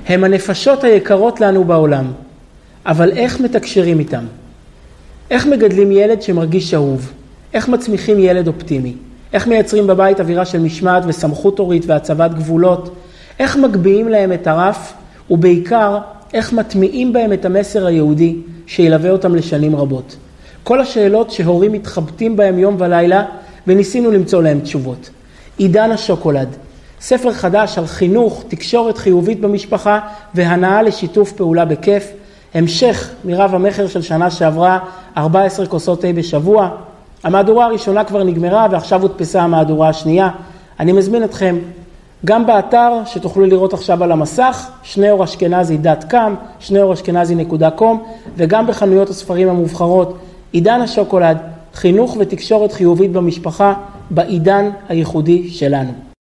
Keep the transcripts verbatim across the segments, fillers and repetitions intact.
הם הנפשות היקרות לנו בעולם. אבל איך מתקשרים איתם? איך מגדלים ילד שמרגיש אהוב? איך מצמיחים ילד אופטימי? איך מייצרים בבית אווירה של משמעת וסמכות הורית והצבת גבולות? איך מגביהים להם את הרף? ובעיקר, איך מטמיעים בהם את המסר היהודי שילווה אותם לשנים רבות? כל השאלות שהורים מתחבטים בהם יום ולילה וניסינו למצוא להם תשובות. עידן השוקולד, ספר חדש על חינוך, תקשורת חיובית במשפחה והנאה לשיתוף פעולה בכיף. המשך מרב המחר של שנה שעברה, ארבע עשרה כוסות תה בשבוע. המהדורה הראשונה כבר נגמרה ועכשיו הודפסה המהדורה השנייה. אני מזמין אתכם גם באתר שתוכלו לראות עכשיו על המסך, שניאור אשכנזי דוט קום, שניאור אשכנזי נקודה קום, וגם בחנויות הספרים המובחרות. עידן השוקולד, חינוך ותקשורת חיובית במשפחה בעידן הייחודי שלנו.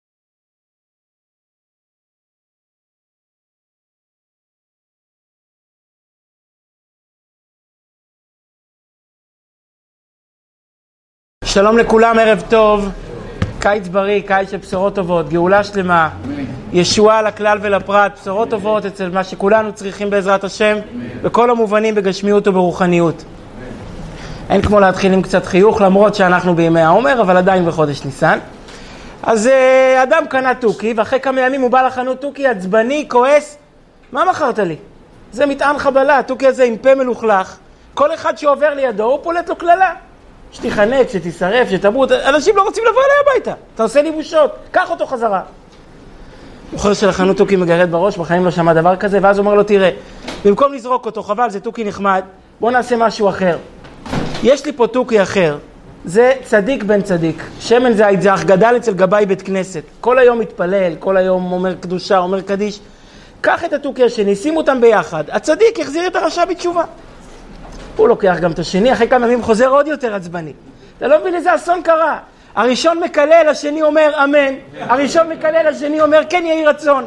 שלום לכולם, ערב טוב, קיץ בריא, קיץ של בשורות טובות, גאולה שלמה, ישועה לכלל ולפרט, בשורות טובות אצל מה שכולנו צריכים בעזרת השם, בכל המובנים בגשמיות וברוחניות. אין כמו להתחיל עם קצת חיוך, למרות שאנחנו בימי העומר, אבל עדיין בחודש ניסן. אז אדם קנה טוקי, ואחרי כמה ימים הוא בא לחנות טוקי, עצבני, כועס, מה מכרת לי? זה מטען חבלה, הטוקי הזה עם פה מלוכלך, כל אחד שעובר לידו הוא פולט לו כללה. שתיחנק, שתישרף, שתמות, אנשים לא רוצים לבוא אליי הביתה, אתה עושה לי בושות, קח אותו חזרה. מוכר של החנות טוקי מגרד בראש, בחיים לא שמע דבר כזה, ואז הוא אומר לו, תראה, במקום לזרוק אותו, חבל, זה טוקי נחמד, בוא נעשה משהו אחר. יש לי פה טוקי אחר, זה צדיק בן צדיק, שמן זית זך, גדל אצל גבאי בית כנסת, כל היום מתפלל, כל היום אומר קדושה, אומר קדיש, קח את הטוקי השני, שים אותם ביחד, הצדיק יחזיר את הרשע בתשובה. הוא לוקח גם את השני, אחרי כמה ימים חוזר עוד יותר עצבני. אתה לא מבין איזה אסון קרה. הראשון מקלל, השני אומר אמן. הראשון מקלל, השני אומר כן יהי רצון.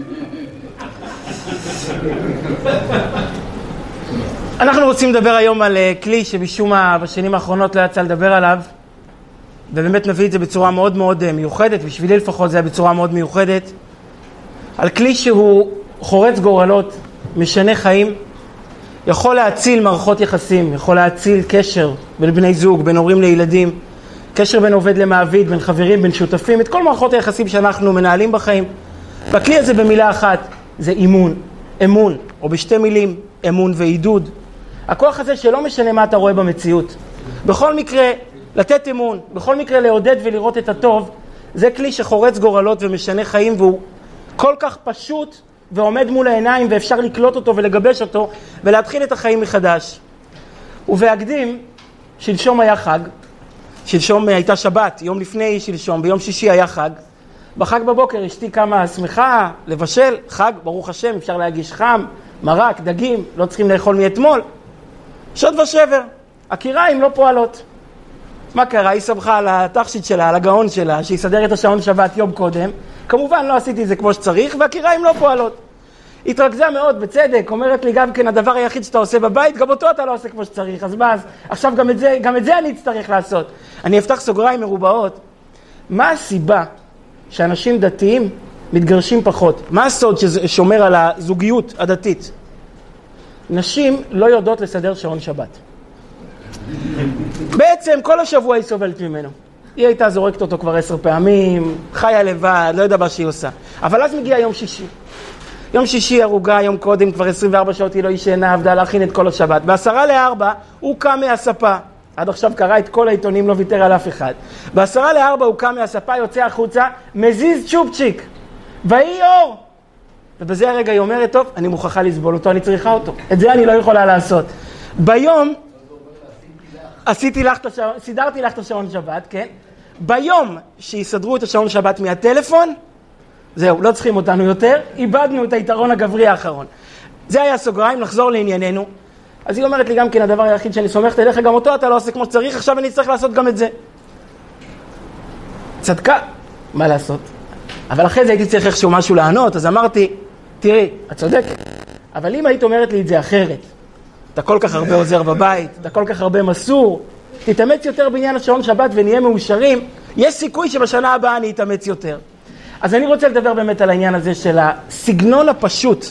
אנחנו רוצים לדבר היום על כלי שמשום מה בשנים האחרונות לא יצא לדבר עליו, ובאמת מביא את זה בצורה מאוד מאוד מיוחדת, בשבילי לפחות זה היה בצורה מאוד מיוחדת, על כלי שהוא חורץ גורלות, משנה חיים, יכול להציל מערכות יחסים, יכול להציל קשר בין בני זוג, בין הורים לילדים, קשר בין עובד למעביד, בין חברים, בין שותפים, את כל מערכות היחסים שאנחנו מנהלים בחיים. והכלי הזה במילה אחת זה אימון, אמון, או בשתי מילים, אמון ועידוד. הכוח הזה שלא משנה מה אתה רואה במציאות. בכל מקרה, לתת אמון, בכל מקרה לעודד ולראות את הטוב, זה כלי שחורץ גורלות ומשנה חיים, והוא כל כך פשוט ועומד מול העיניים, ואפשר לקלוט אותו ולגבש אותו ולהתחיל את החיים מחדש. ובהקדים, שלשום היה חג, שלשום הייתה שבת, יום לפני שלשום, ביום שישי היה חג. בחג בבוקר אשתי קמה שמחה, לבשל, חג, ברוך השם, אפשר להגיש חם, מרק, דגים, לא צריכים לאכול מאתמול. שוד ושבר, הקיריים לא פועלות. מה קרה? היא סמכה על התכשיט שלה, על הגאון שלה, שיסדר את השעון שבת יום קודם. כמובן לא עשיתי את זה כמו שצריך, והקיריים לא פועלות. התרכזה מאוד, בצדק, אומרת לי גם כן, הדבר היחיד שאתה עושה בבית, גם אותו אתה לא עושה כמו שצריך. אז מה, אז עכשיו גם את זה, גם את זה אני אצטרך לעשות. אני אפתח סוגריים מרובעות. מה הסיבה שאנשים דתיים מתגרשים פחות? מה הסוד ששומר על הזוגיות הדתית? נשים לא יודעות לסדר שעון שבת. בעצם כל השבוע היא סובלת ממנו. היא הייתה זורקת אותו כבר עשר פעמים, חיה לבד, לא יודע מה שהיא עושה. אבל אז מגיע יום שישי. יום שישי הרוגה, יום קודם, כבר עשרים וארבע שעות היא לא ישנה, עבדה להכין את כל השבת. בעשרה לארבע הוא קם מהספה. עד עכשיו קרא את כל העיתונים, לא ויתר על אף אחד. בעשרה לארבע הוא קם מהספה, יוצא החוצה, מזיז צ'ופצ'יק. והיא אור. ובזה הרגע היא אומרת, טוב, אני מוכרחה לסבול אותו, אני צריכה אותו. את זה אני לא יכולה לעשות. ביום, עשיתי לך את השעון, סידרתי לך את השעון שבת, כן? ביום שיסדרו את השעון שבת מהטלפון, זהו, לא צריכים אותנו יותר, איבדנו את היתרון הגברי האחרון. זה היה סוגריים, נחזור לענייננו. אז היא אומרת לי גם כן, הדבר היחיד שאני סומכת אליך, גם אותו אתה לא עושה כמו שצריך, עכשיו אני צריך לעשות גם את זה. צדקה, מה לעשות? אבל אחרי זה הייתי צריך איכשהו משהו לענות, אז אמרתי, תראי, את צודקת, אבל אם היית אומרת לי את זה אחרת, אתה כל כך הרבה עוזר בבית, אתה כל כך הרבה מסור, תתאמץ יותר בעניין השעון שבת ונהיה מאושרים, יש סיכוי שבשנה הבאה אני אתאמץ יותר. אז אני רוצה לדבר באמת על העניין הזה של הסגנון הפשוט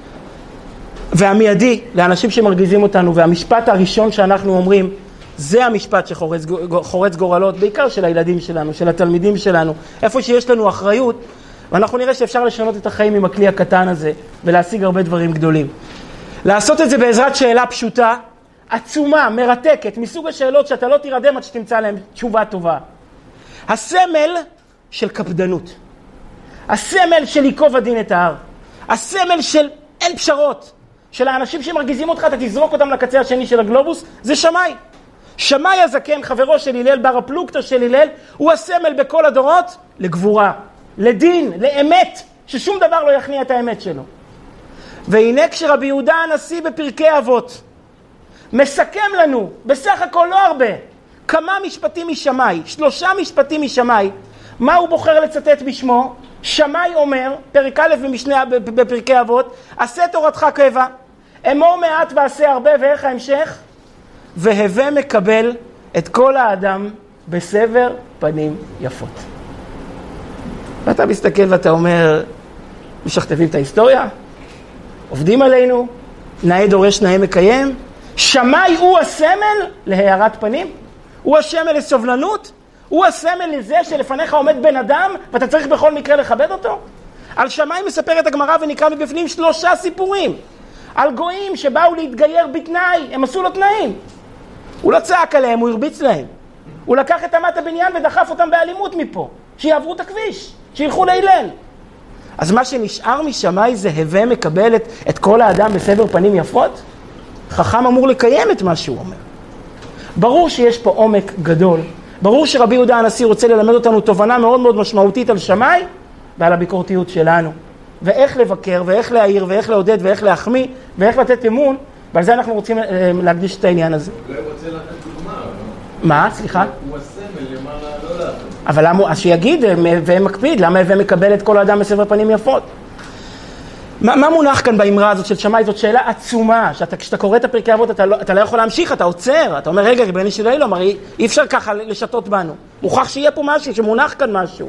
והמיידי לאנשים שמרגיזים אותנו, והמשפט הראשון שאנחנו אומרים, זה המשפט שחורץ גורלות, בעיקר של הילדים שלנו, של התלמידים שלנו, איפה שיש לנו אחריות, ואנחנו נראה שאפשר לשנות את החיים עם הכלי הקטן הזה, ולהשיג הרבה דברים גדולים. לעשות את זה בעזרת שאלה פשוטה, עצומה, מרתקת, מסוג השאלות שאתה לא תירדם עד שתמצא להם תשובה טובה. הסמל של קפדנות. הסמל של ייקוב הדין את ההר. הסמל של אין פשרות. של האנשים שמרגיזים אותך, אתה תזרוק אותם לקצה השני של הגלובוס, זה שמאי. שמאי הזקן, חברו של הלל, בר הפלוגתא של הלל, הוא הסמל בכל הדורות לגבורה, לדין, לאמת, ששום דבר לא יכניע את האמת שלו. והנה כשרבי יהודה הנשיא בפרקי אבות, מסכם לנו, בסך הכל לא הרבה, כמה משפטים משמאי, שלושה משפטים משמאי, מה הוא בוחר לצטט בשמו? שמאי אומר, פרק א' במשנה בפרקי אבות, עשה תורתך קבע, אמור מעט ועשה הרבה, ואיך ההמשך? והווה מקבל את כל האדם בסבר פנים יפות. ואתה מסתכל ואתה אומר, משכתבים את ההיסטוריה? עובדים עלינו? נאה דורש נאה מקיים? שמאי הוא הסמל להארת פנים? הוא הסמל לסובלנות? הוא הסמל לזה שלפניך עומד בן אדם ואתה צריך בכל מקרה לכבד אותו? על שמאי מספרת הגמרא ונקרא מבפנים שלושה סיפורים. על גויים שבאו להתגייר בתנאי, הם עשו לו תנאים. הוא לא צעק עליהם, הוא הרביץ להם. הוא לקח את אמת הבניין ודחף אותם באלימות מפה. שיעברו את הכביש, שילכו להילל. אז מה שנשאר משמאי זה הווה מקבל את, את כל האדם בסבר פנים יפות? חכם אמור לקיים את מה שהוא אומר. ברור שיש פה עומק גדול. ברור שרבי יהודה הנשיא רוצה ללמד אותנו תובנה מאוד מאוד משמעותית על שמאי ועל הביקורתיות שלנו. ואיך לבקר, ואיך להעיר, ואיך לעודד, ואיך להחמיא, ואיך לתת אמון, ועל זה אנחנו רוצים להקדיש את העניין הזה. אולי הוא רוצה לתת דוגמה, לא? מה? סליחה? הוא הסמל, למה לא לעשות. אבל למה, אז שיגיד, והם מקפיד, למה והם מקבל את כל האדם בסבר פנים יפות? מה, מה מונח כאן באמרה הזאת של שמאי? זאת שאלה עצומה, שאתה, כשאתה קורא את הפרקי אבות, אתה לא, אתה לא יכול להמשיך, אתה עוצר, אתה אומר, רגע, ריבונו של עולם, הרי אי אפשר ככה לשתות בנו. מוכרח שיהיה פה משהו, שמונח כאן משהו.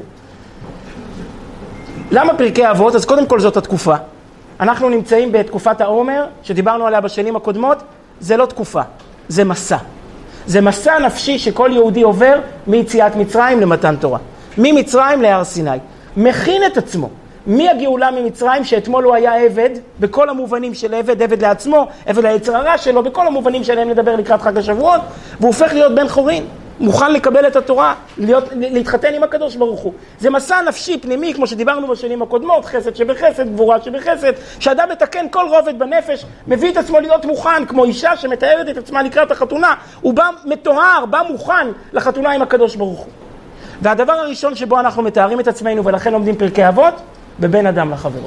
למה פרקי אבות? אז קודם כל זאת התקופה. אנחנו נמצאים בתקופת העומר, שדיברנו עליה בשנים הקודמות, זה לא תקופה, זה מסע. זה מסע נפשי שכל יהודי עובר מיציאת מצרים למתן תורה. ממצרים להר סיני. מכין את עצמו. מי הגאולה ממצרים שאתמול הוא היה עבד, בכל המובנים של עבד, עבד לעצמו, עבד ליצר הרע שלו, בכל המובנים שלהם לדבר לקראת חג השבועות, והוא הופך להיות בן חורין. מוכן לקבל את התורה, להיות, להתחתן עם הקדוש ברוך הוא. זה מסע נפשי פנימי, כמו שדיברנו בשנים הקודמות, חסד שבחסד, גבורה שבחסד, שאדם מתקן כל רובד בנפש, מביא את עצמו להיות מוכן, כמו אישה שמתארת את עצמה לקראת החתונה, הוא בא מתואר, בא מוכן לחתונה עם הקדוש ברוך הוא. והדבר הראשון שבו אנחנו מתארים את עצמנו, ולכן לומדים פרקי אבות, בבן אדם לחברו.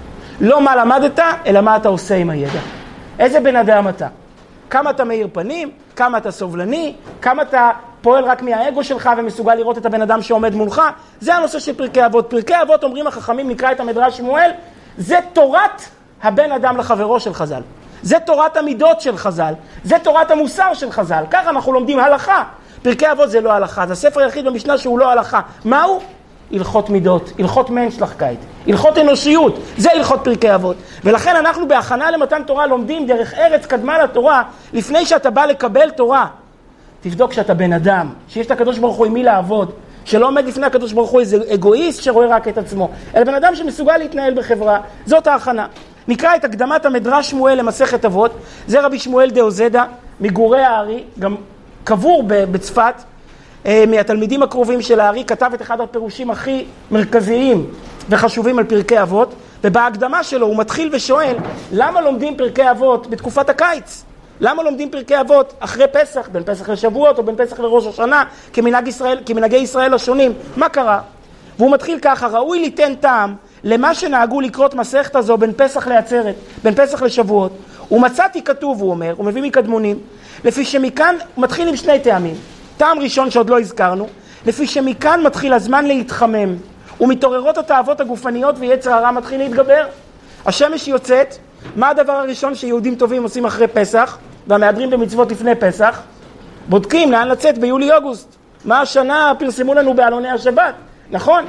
לא מה למדת, אלא מה אתה עושה עם הידע. איזה בן אדם אתה? כמה אתה מאיר פנים, כמה אתה סובלני, כמה אתה פועל רק מהאגו שלך ומסוגל לראות את הבן אדם שעומד מולך. זה הנושא של פרקי אבות. פרקי אבות, אומרים החכמים, נקרא את המדרש שמואל, זה תורת הבן אדם לחברו של חז"ל. זה תורת המידות של חז"ל. זה תורת המוסר של חז"ל. ככה אנחנו לומדים הלכה. פרקי אבות זה לא הלכה. זה הספר היחיד במשנה שהוא לא הלכה. מהו? הלכות מידות, הלכות מנשלחקייט, הלכות אנושיות, זה הלכות פרקי אבות. ולכן אנחנו בהכנה למתן תורה לומדים דרך ארץ קדמה לתורה, לפני שאתה בא לקבל תורה. תבדוק שאתה בן אדם, שיש לקדוש ברוך הוא עם מי לעבוד, שלא עומד לפני הקדוש ברוך הוא איזה אגואיסט שרואה רק את עצמו, אלא בן אדם שמסוגל להתנהל בחברה. זאת ההכנה. נקרא את הקדמת המדרש שמואל למסכת אבות. זה רבי שמואל דאוזדה, מגורי הארי, גם קבור בצפת, מהתלמידים הקרובים של הארי, כתב את אחד הפירושים הכי מרכזיים וחשובים על פרקי אבות, ובהקדמה שלו הוא מתחיל ושואל, למה לומדים פרקי אבות בתקופת הקיץ? למה לומדים פרקי אבות אחרי פסח, בין פסח לשבועות או בין פסח לראש השנה, כמנהג ישראל, כמנהגי ישראל השונים? מה קרה? והוא מתחיל ככה, ראוי ליתן טעם למה שנהגו לקרות מסכת הזו בין פסח לעצרת, בין פסח לשבועות. ומצאתי כתוב, הוא אומר, הוא מביא מקדמונים, לפי שמכאן הוא מתחיל עם שני טעמים. טעם ראשון שעוד לא הזכרנו, לפי שמכאן מתחיל הזמן להתחמם, ומתעוררות התאוות הגופניות ויצר הרע מתחיל להתגבר. השמש יוצאת, מה הדבר הראשון שיהודים טובים עושים אחרי פסח, והמהדרים במצוות לפני פסח? בודקים לאן לצאת ביולי-אוגוסט. מה השנה פרסמו לנו בעלוני השבת, נכון?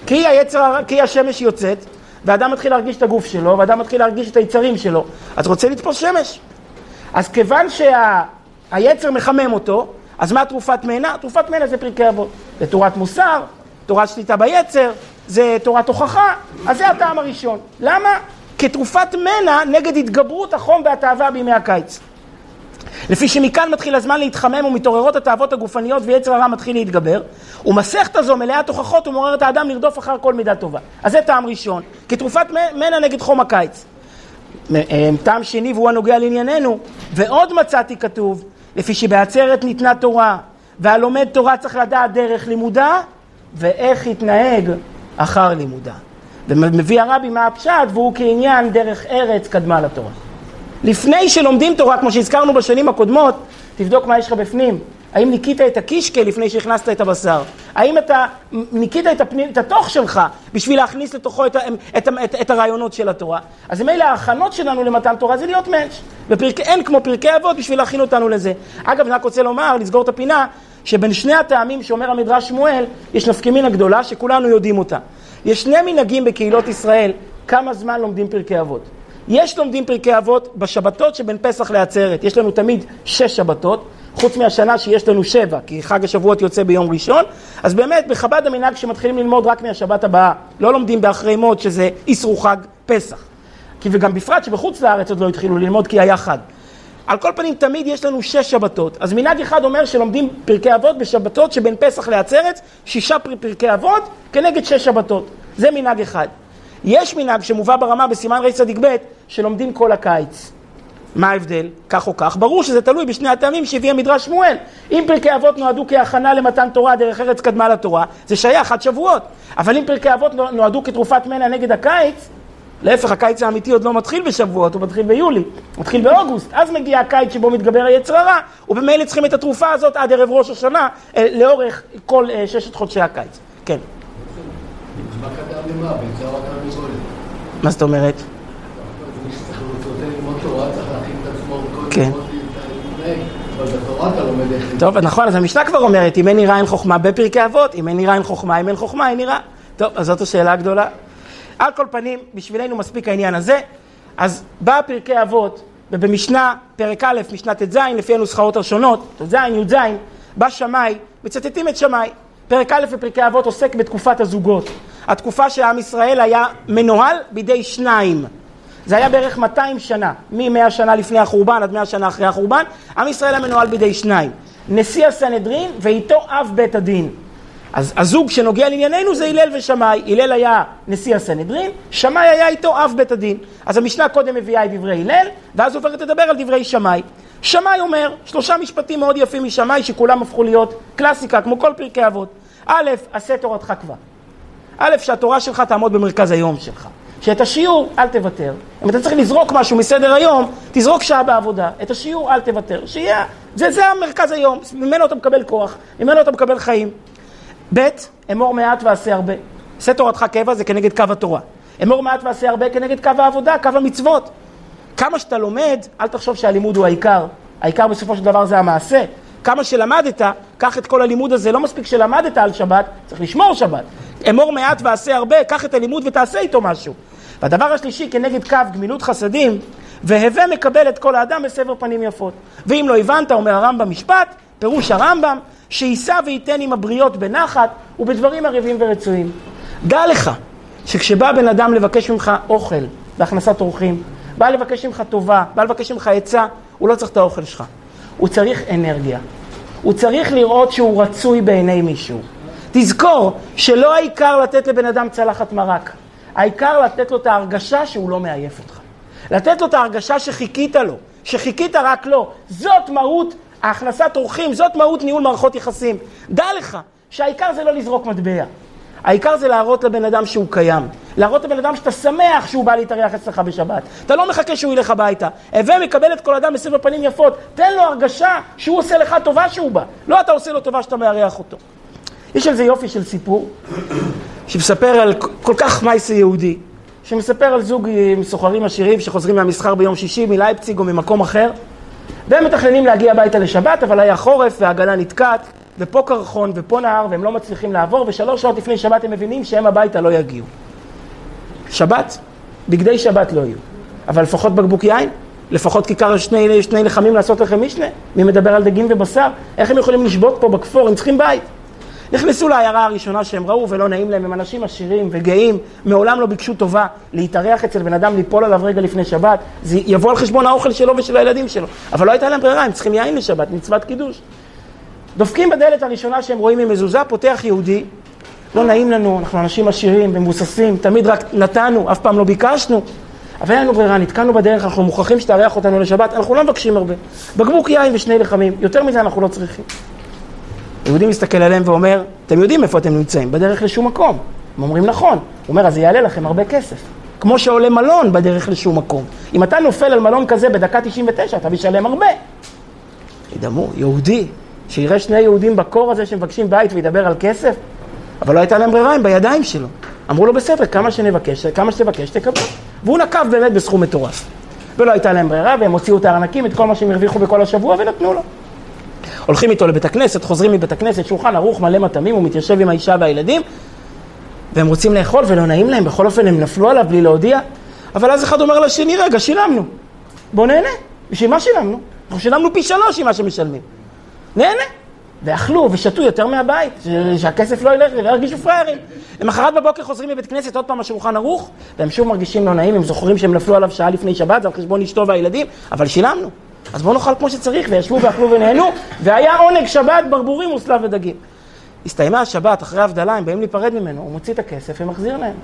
כי היצר, כי השמש יוצאת, ואדם מתחיל להרגיש את הגוף שלו, ואדם מתחיל להרגיש את היצרים שלו, אז רוצה לתפוס שמש. אז כיוון שהיצר מחמם אותו, אז מה תרופת מנה? תרופת מנה זה פרקי אבות. זה תורת מוסר, תורת שליטה ביצר, זה תורת הוכחה, אז זה הטעם הראשון. למה? כתרופת מנה נגד התגברות החום והתאווה בימי הקיץ. לפי שמכאן מתחיל הזמן להתחמם ומתעוררות התאוות הגופניות ויצר הרע מתחיל להתגבר, ומסכת הזו מלאת הוכחות ומעוררת האדם לרדוף אחר כל מידה טובה. אז זה טעם ראשון, כתרופת מנה נגד חום הקיץ. טעם שני והוא הנוגע לענייננו, ועוד מצאתי כתוב, לפי שבעצרת ניתנה תורה, והלומד תורה צריך לדעת דרך לימודה, ואיך יתנהג אחר לימודה. ומביא הרבי מה הפשט, והוא כעניין דרך ארץ קדמה לתורה. לפני שלומדים תורה, כמו שהזכרנו בשנים הקודמות, תבדוק מה יש לך בפנים. האם ניקית את הקישקה לפני שהכנסת את הבשר? האם אתה ניקית את, הפנים, את התוך שלך בשביל להכניס לתוכו את, את, את, את הרעיונות של התורה? אז אם אלה ההכנות שלנו למתן תורה זה להיות מענץ'. בפרק, אין כמו פרקי אבות בשביל להכין אותנו לזה. אגב, אני רק רוצה לומר, לסגור את הפינה, שבין שני הטעמים שאומר המדרש שמואל, יש נפקמינה גדולה שכולנו יודעים אותה. יש שני מנהגים בקהילות ישראל, כמה זמן לומדים פרקי אבות. יש לומדים פרקי אבות בשבתות שבין פסח לעצרת. יש לנו תמיד שש שבתות, חוץ מהשנה שיש לנו שבע, כי חג השבועות יוצא ביום ראשון. אז באמת, בחב"ד המנהג שמתחילים ללמוד רק מהשבת הבאה. לא לומדים באחרי מות, שזה איסרו חג פסח. כי וגם בפרט שבחוץ לארץ עוד לא התחילו ללמוד, כי היה חג. על כל פנים, תמיד יש לנו שש שבתות. אז מנהג אחד אומר שלומדים פרקי אבות בשבתות שבין פסח לעצרת, שישה פרקי אבות כנגד שש שבתות. זה מנהג אחד. יש מנהג שמובא ברמה בסימן ר' צדיק ב' שלומדים כל הקיץ. מה ההבדל? כך או כך. ברור שזה תלוי בשני הטעמים שהביא המדרש שמואל. אם פרקי אבות נועדו כהכנה למתן תורה דרך ארץ קדמה לתורה, זה שייך עד שבועות. אבל אם פרקי אבות נועדו כתרופת מנה נגד הקיץ, להפך, הקיץ האמיתי עוד לא מתחיל בשבועות, הוא מתחיל ביולי, מתחיל באוגוסט. אז מגיע הקיץ שבו מתגבר היצר הרע, ובמילא צריכים את התרופה הזאת עד ערב ראש השנה, לאורך כל ששת חודשי הקיץ. כן. מה קדם למה? ביצר אדם לגולם. מה זאת אומרת? מי שצריך ללמוד תורה צריך להכין את עצמו וכל כן. להתנהג, אבל בתורה אתה לומד איך... טוב, נכון, אז המשנה כבר אומרת, אם אין נראה אין חוכמה בפרקי אבות, אם אין נראה אין חוכמה, אם אין חוכמה אין נראה. טוב, אז זאת השאלה הגדולה. על כל פנים, בשבילנו מספיק העניין הזה. אז בא פרקי אבות, ובמשנה, פרק א', משנה ט"ז, לפי הנוסחאות השונות, ט"ז, י"ז, בא שמאי, מצטטים את שמאי. פרק א' בפרקי אבות עוסק בתקופת הזוגות. התקופה שעם ישראל היה מנוהל בידי שניים. זה היה בערך מאתיים שנה, מ-מאה שנה לפני החורבן עד מאה שנה אחרי החורבן, עם ישראל היה מנוהל בידי שניים. נשיא הסנהדרין ואיתו אב בית הדין. אז הזוג שנוגע לענייננו זה הלל ושמאי. הלל היה נשיא הסנהדרין, שמאי היה איתו אב בית הדין. אז המשנה קודם מביאה את דברי הלל, ואז עוברת לדבר על דברי שמאי. שמאי אומר, שלושה משפטים מאוד יפים משמאי שכולם הפכו להיות קלאסיקה, כמו כל פרקי אבות. א', עשה תורתך כבר. א', שהתורה שלך תעמוד במרכז היום שלך. שאת השיעור אל תוותר. אם אתה צריך לזרוק משהו מסדר היום, תזרוק שעה בעבודה. את השיעור אל תוותר. שיהיה, זה, זה המרכז היום. ממנו אתה מקבל כוח, ממנו אתה מקבל חיים. ב', אמור מעט ועשה הרבה. עשה תורתך קבע זה כנגד קו התורה. אמור מעט ועשה הרבה כנגד קו העבודה, קו המצוות. כמה שאתה לומד, אל תחשוב שהלימוד הוא העיקר. העיקר בסופו של דבר זה המעשה. כמה שלמדת, קח את כל הלימוד הזה, לא מספיק שלמדת על שבת, צריך לשמור שבת. אמור מעט ועשה הרבה, קח את הלימוד ותעשה איתו משהו. והדבר השלישי, כנגד קו גמילות חסדים, והווה מקבל את כל האדם בסבר פנים יפות. ואם לא הבנת, אומר הרמב"ם משפט, פירוש הרמב"ם, שיישא וייתן עם הבריות בנחת ובדברים ערבים ורצויים. דע לך שכשבא בן אדם לבקש ממך אוכל בהכנסת אורחים, בא לבקש ממך טובה, בא לבקש ממך עצה, הוא לא צריך את האוכל שלך. הוא צריך אנרגיה. הוא צריך לראות שהוא רצוי בעיני מישהו. תזכור שלא העיקר לתת לבן אדם צלחת מרק. העיקר לתת לו את ההרגשה שהוא לא מעייף אותך. לתת לו את ההרגשה שחיכית לו, שחיכית רק לו. זאת מהות ההכנסת אורחים, זאת מהות ניהול מערכות יחסים. דע לך שהעיקר זה לא לזרוק מטבע. העיקר זה להראות לבן אדם שהוא קיים. להראות לבן אדם שאתה שמח שהוא בא להתארח אצלך בשבת. אתה לא מחכה שהוא ילך הביתה. הווה מקבל את כל אדם בסבר פנים יפות. תן לו הרגשה שהוא עושה לך טובה שהוא בא. לא אתה עושה לו טובה שאתה מארח אותו. יש על זה יופי של סיפור, שמספר על כל כך מייסי יהודי, שמספר על זוג סוחרים עשירים שחוזרים מהמסחר ביום שישי מלייפציג או ממקום אחר, והם מתכננים להגיע הביתה לשבת, אבל היה חורף והעגלה נתקעת, ופה קרחון, ופה נהר, והם לא מצליחים לעבור, ושלוש שעות לפני שבת הם מבינים שהם הביתה לא יגיעו. שבת, בגדי שבת לא יהיו. אבל לפחות בקבוק יין, לפחות כיכר שני, שני לחמים לעשות לכם משנה. מי מדבר על דגים ובשר? איך הם יכולים לשבות פה בכפור? הם צריכים בית. נכנסו לעיירה הראשונה שהם ראו ולא נעים להם, הם אנשים עשירים וגאים, מעולם לא ביקשו טובה להתארח אצל בן אדם, ליפול עליו רגע לפני שבת, זה יבוא על חשבון האוכל שלו ושל הילדים שלו. אבל לא הייתה להם ברירה, הם צריכים יין לשבת, מצוות קידוש. דופקים בדלת הראשונה שהם רואים עם מזוזה, פותח יהודי, לא נעים לנו, אנחנו אנשים עשירים ומבוססים, תמיד רק נתנו, אף פעם לא ביקשנו. אבל אין לנו ברירה, נתקענו בדרך, אנחנו מוכרחים שתארח אותנו לשבת, אנחנו לא מבקשים הרבה. בקבוק יין ושני לחמים, יותר מזה אנחנו לא צריכים. יהודי מסתכל עליהם ואומר, אתם יודעים איפה אתם נמצאים? בדרך לשום מקום. הם אומרים נכון. הוא אומר, אז זה יעלה לכם הרבה כסף. כמו שעולה מלון בדרך לשום מקום. אם אתה נופל על מלון כזה בדקה תשעים ותשע, אתה משלם הרבה. ידמו, יהודי, שיראה שני יהודים בקור הזה שמבקשים בית וידבר על כסף, אבל לא הייתה להם ברירה, הם בידיים שלו. אמרו לו, בסדר, כמה שנבקש, כמה שתבקש, תקבל. והוא נקב באמת בסכום מטורף. ולא הייתה להם ברירה, והם הוציאו את הארנקים, את כל מה שהם הרוויחו בכל השבוע, ונתנו לו. הולכים איתו לבית הכנסת, חוזרים מבית הכנסת, שולחן ערוך מלא מטעמים, הוא מתיישב עם האישה והילדים, והם רוצים לאכול ולא נעים להם, בכל אופן הם נפלו עליו בלי להודיע, אבל אז אחד אומר לשני, רגע, שילמנו, בוא נהנה, בשביל מה שילמנו? אנחנו שילמנו פי שלוש עם מה שמשלמים, נהנה, ואכלו ושתו יותר מהבית, שהכסף לא ילך, ולא ירגישו פריירים. למחרת בבוקר חוזרים מבית כנסת, עוד פעם השולחן ערוך, והם שוב מרגישים לא נעים, הם זוכרים שהם נפלו עליו שעה לפני שבת, זה על חשבון אשתו והילדים, אבל שילמנו. אז בואו נאכל כמו שצריך, וישבו ואכלו ונהנו, והיה עונג שבת, ברבורים וסלב ודגים. הסתיימה השבת, אחרי ההבדלה, הם באים להיפרד ממנו, הוא מוציא את הכסף ומחזיר להם.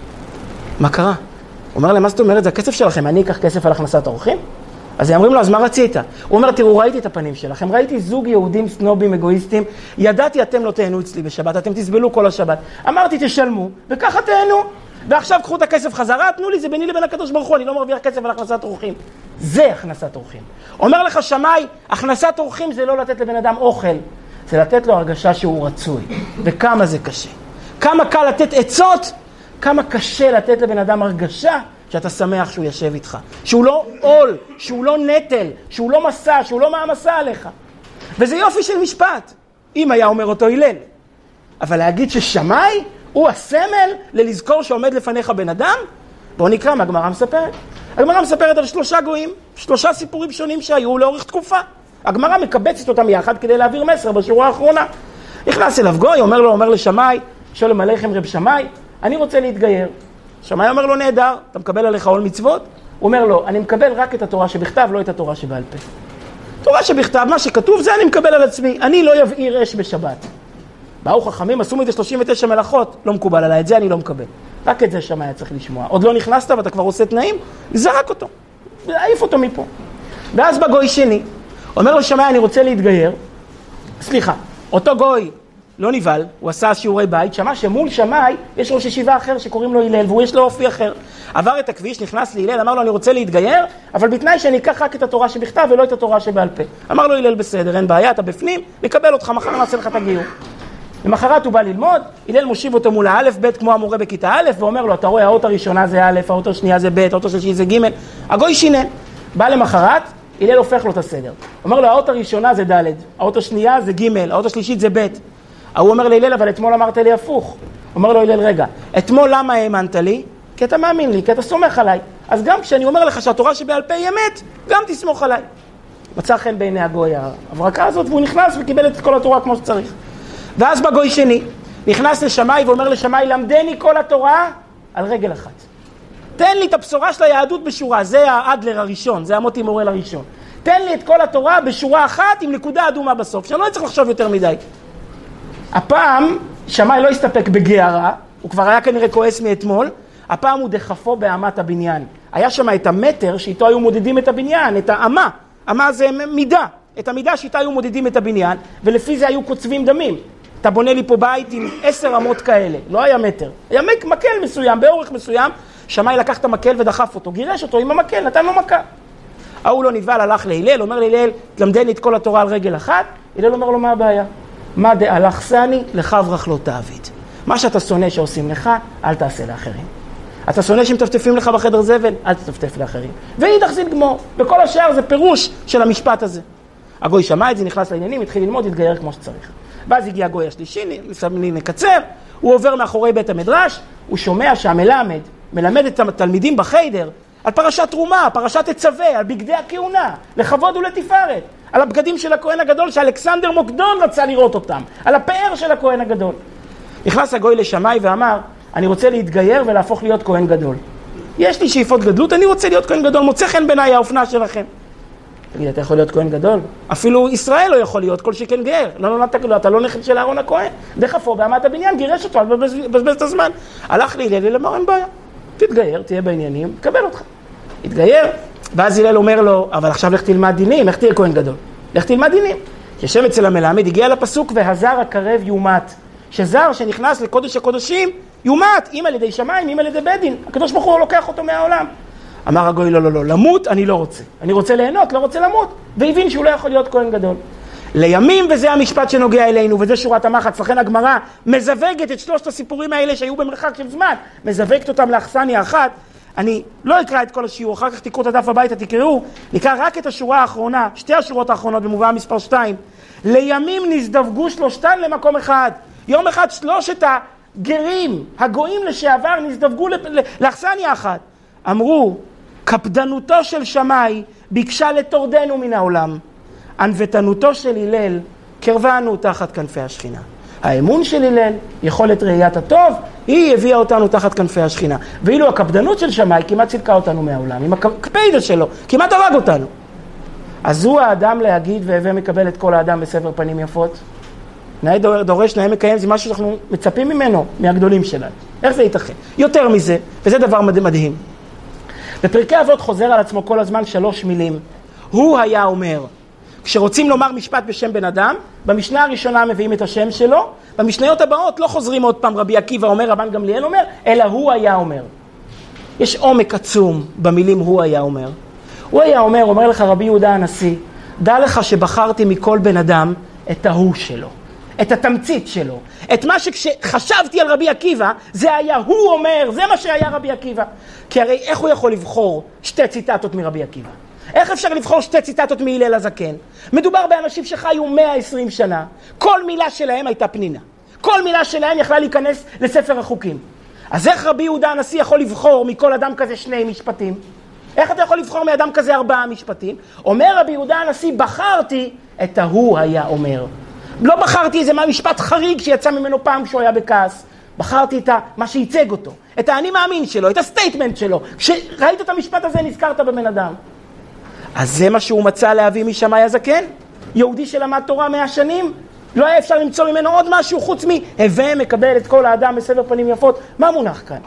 מה קרה? הוא אומר להם, מה זאת אומרת, זה הכסף שלכם, אני אקח כסף על הכנסת האורחים? אז הם אומרים לו, אז מה רצית? הוא אומר, תראו, ראיתי את הפנים שלכם, ראיתי זוג יהודים סנובים, אגואיסטים, ידעתי אתם לא תהנו אצלי בשבת, אתם תסבלו כל השבת. אמרתי, תשלמו, וככה תהנו. ועכשיו קחו את הכסף חזרה, תנו לי, זה ביני לבין הקדוש ברוך הוא, אני לא מרוויח כסף על הכנסת אורחים. זה הכנסת אורחים. אומר לך שמאי, הכנסת אורחים זה לא לתת לבן אדם אוכל, זה לתת לו הרגשה שהוא רצוי. וכמה זה קשה. כמה קל לתת עצות, כמה קשה לתת לבן אדם הרגשה שאתה שמח שהוא ישב איתך. שהוא לא עול, שהוא לא נטל, שהוא לא מסע, שהוא לא מעמסה עליך. וזה יופי של משפט, אם היה אומר אותו הלל. אבל להגיד ששמאי הוא הסמל ללזכור שעומד לפניך בן אדם? בואו נקרא מה הגמרא מספרת. הגמרא מספרת על שלושה גויים, שלושה סיפורים שונים שהיו לאורך תקופה. הגמרא מקבצת אותם יחד כדי להעביר מסר בשורה האחרונה. נכנס אליו גוי, אומר לו, אומר לשמאי, שואל עליכם רב שמאי, אני רוצה להתגייר. שמאי אומר לו, נהדר, אתה מקבל עליך עול מצוות? הוא אומר לו, אני מקבל רק את התורה שבכתב, לא את התורה שבעל פה. תורה שבכתב, מה שכתוב זה אני מקבל על עצמי, אני לא יבעיר אש בשבת. באו חכמים, עשו מזה שלושים ותשע מלאכות, לא מקובל עליי, את זה אני לא מקבל. רק את זה שמאי צריך לשמוע. עוד לא נכנסת ואתה כבר עושה תנאים, זרק אותו, העיף אותו מפה. ואז בגוי שני, אומר לו שמאי, אני רוצה להתגייר. סליחה, אותו גוי לא נבהל, הוא עשה שיעורי בית, שמע שמול שמאי יש ראש ישיבה אחר שקוראים לו הלל, והוא יש לו אופי אחר. עבר את הכביש, נכנס להלל, אמר לו, אני רוצה להתגייר, אבל בתנאי שאני אקח רק את התורה שבכתב ולא את התורה שבעל פה. אמר לו הלל, בסדר, אין בעיה, אתה בפנים, נקבל אותך, מחר נעשה לך את הגיור. למחרת הוא בא ללמוד, הלל מושיב אותו מול האלף, ב' כמו המורה בכיתה א', ואומר לו, אתה רואה, האות הראשונה זה א', האות השנייה זה ב', האות השלישי זה ג'. הגוי שינה. בא למחרת, הלל הופך לו את הסדר. אומר לו, האות הראשונה זה ד', האות השנייה זה ג', האות השלישית זה ב'. הוא אומר להלל, אבל אתמול אמרת לי הפוך. אומר לו הלל, רגע, אתמול למה האמנת לי? כי אתה מאמין לי, כי אתה סומך עליי. אז גם כשאני אומר לך שהתורה שבעל פה היא אמת, גם תסמוך עליי. מצא חן בעיני הגוי ההברקה הזאת, והוא נכנס וקיבל את כל התורה כמו שצריך. ואז בגוי שני, נכנס לשמאי ואומר לשמאי, למדני כל התורה על רגל אחת. תן לי את הבשורה של היהדות בשורה, זה האדלר הראשון, זה המוטי מורל הראשון. תן לי את כל התורה בשורה אחת עם נקודה אדומה בסוף, שאני לא צריך לחשוב יותר מדי. הפעם שמאי לא הסתפק בגערה, הוא כבר היה כנראה כועס מאתמול, הפעם הוא דחפו באמת הבניין. היה שם את המטר שאיתו היו מודדים את הבניין, את האמה, אמה זה מידה, את המידה שאיתה היו מודדים את הבניין, ולפי זה היו קוצבים דמים. אתה בונה לי פה בית עם עשר אמות כאלה, לא היה מטר, היה מקל מסוים, באורך מסוים, שמאי לקח את המקל ודחף אותו, גירש אותו עם המקל, נתן לו מכה. ההוא לא נבהל, הלך להלל, אומר להלל, תלמדני את כל התורה על רגל אחת, הלל אומר לו, מה הבעיה? מה דאלך סני, לך אברח לא תעביד. מה שאתה שונא שעושים לך, אל תעשה לאחרים. אתה שונא שמטפטפים לך בחדר זבל, אל תטפטף לאחרים. ואידך זיל גמור, בכל השאר זה פירוש של המשפט הזה. הגוי שמע את זה, נכנס לעניינים, התחיל ללמוד, התגייר כמו שצריך. ואז הגיע הגוי השלישי, נקצר, הוא עובר מאחורי בית המדרש, הוא שומע שהמלמד מלמד את התלמידים בחיידר על פרשת תרומה, פרשת תצווה, על בגדי הכהונה, לכבוד ולתפארת, על הבגדים של הכהן הגדול שאלכסנדר מוקדון רצה לראות אותם, על הפאר של הכהן הגדול. נכנס הגוי לשמאי ואמר, אני רוצה להתגייר ולהפוך להיות כהן גדול. יש לי שאיפות גדלות, אני רוצה להיות כהן גדול, מוצא חן בעיניי האופנה שלכם. תגיד, אתה יכול להיות כהן גדול? אפילו ישראל לא יכול להיות, כל שכן גאר. לא נולדת גדול, אתה לא נכד של אהרון הכהן. דחפו בעמת הבניין, גירש אותו, בזבז את הזמן. הלך לי, הלל אמר, אין בעיה. תתגייר, תהיה בעניינים, תקבל אותך. התגייר, ואז הלל אומר לו, אבל עכשיו לך תלמד דינים, איך תהיה כהן גדול? לך תלמד דינים. ישב אצל המלמד, הגיע לפסוק, והזר הקרב יומת. שזר שנכנס לקודש הקודשים, יומת, אם על ידי שמיים, אם על ידי בית דין. הקדוש ברוך הוא לוקח אותו מהעולם. אמר הגוי, לא, לא, לא, למות אני לא רוצה. אני רוצה ליהנות, לא רוצה למות. והבין שהוא לא יכול להיות כהן גדול. לימים, וזה המשפט שנוגע אלינו, וזה שורת המחץ, לכן הגמרא מזווגת את שלושת הסיפורים האלה שהיו במרחק של זמן, מזווגת אותם לאכסניה אחת. אני לא אקרא את כל השיעור, אחר כך תקראו את הדף הביתה, תקראו, נקרא רק את השורה האחרונה, שתי השורות האחרונות במובאה מספר שתיים. לימים נזדווגו שלושתן למקום אחד. יום אחד שלושת הגרים, הגויים לשעבר, נזדווגו לאכסניה אחת. אמרו, קפדנותו של שמאי ביקשה לתורדנו מן העולם. ענוותנותו של הלל קרבנו תחת כנפי השכינה. האמון של הלל, יכולת ראיית הטוב, היא הביאה אותנו תחת כנפי השכינה. ואילו הקפדנות של שמאי כמעט צילקה אותנו מהעולם. עם הקפידה שלו, כמעט הרג אותנו. אז הוא האדם להגיד והווה מקבל את כל האדם בסבר פנים יפות. נאה דורש, נאה מקיים, זה משהו שאנחנו מצפים ממנו, מהגדולים שלנו. איך זה ייתכן? יותר מזה, וזה דבר מדהים. בפרקי אבות חוזר על עצמו כל הזמן שלוש מילים. הוא היה אומר, כשרוצים לומר משפט בשם בן אדם, במשנה הראשונה מביאים את השם שלו, במשניות הבאות לא חוזרים עוד פעם רבי עקיבא אומר, רבן גמליאל אומר, אלא הוא היה אומר. יש עומק עצום במילים הוא היה אומר. הוא היה אומר, אומר לך רבי יהודה הנשיא, דע לך שבחרתי מכל בן אדם את ההוא שלו, את התמצית שלו, את מה שכשחשבתי על רבי עקיבא, זה היה הוא אומר, זה מה שהיה רבי עקיבא. כי הרי איך הוא יכול לבחור שתי ציטטות מרבי עקיבא? איך אפשר לבחור שתי ציטטות מהלל הזקן? מדובר באנשים שחיו מאה ועשרים שנה. כל מילה שלהם הייתה פנינה. כל מילה שלהם יכלה להיכנס לספר החוקים. אז איך רבי יהודה הנשיא יכול לבחור מכל אדם כזה שני משפטים? איך אתה יכול לבחור מאדם כזה ארבעה משפטים? אומר רבי יהודה הנשיא, בחרתי את ההוא היה אומר. לא בחרתי איזה משפט חריג שיצא ממנו פעם כשהוא היה בכעס. בחרתי את מה שייצג אותו, את האני מאמין שלו, את הסטייטמנט שלו. כשראית את המשפט הזה נזכרת בבן אדם. אז זה מה שהוא מצא להביא משמאי הזקן? יהודי שלמד תורה מאה שנים? לא היה אפשר למצוא ממנו עוד משהו חוץ מהווה מקבל את כל האדם בסבר פנים יפות? מה מונח כאן?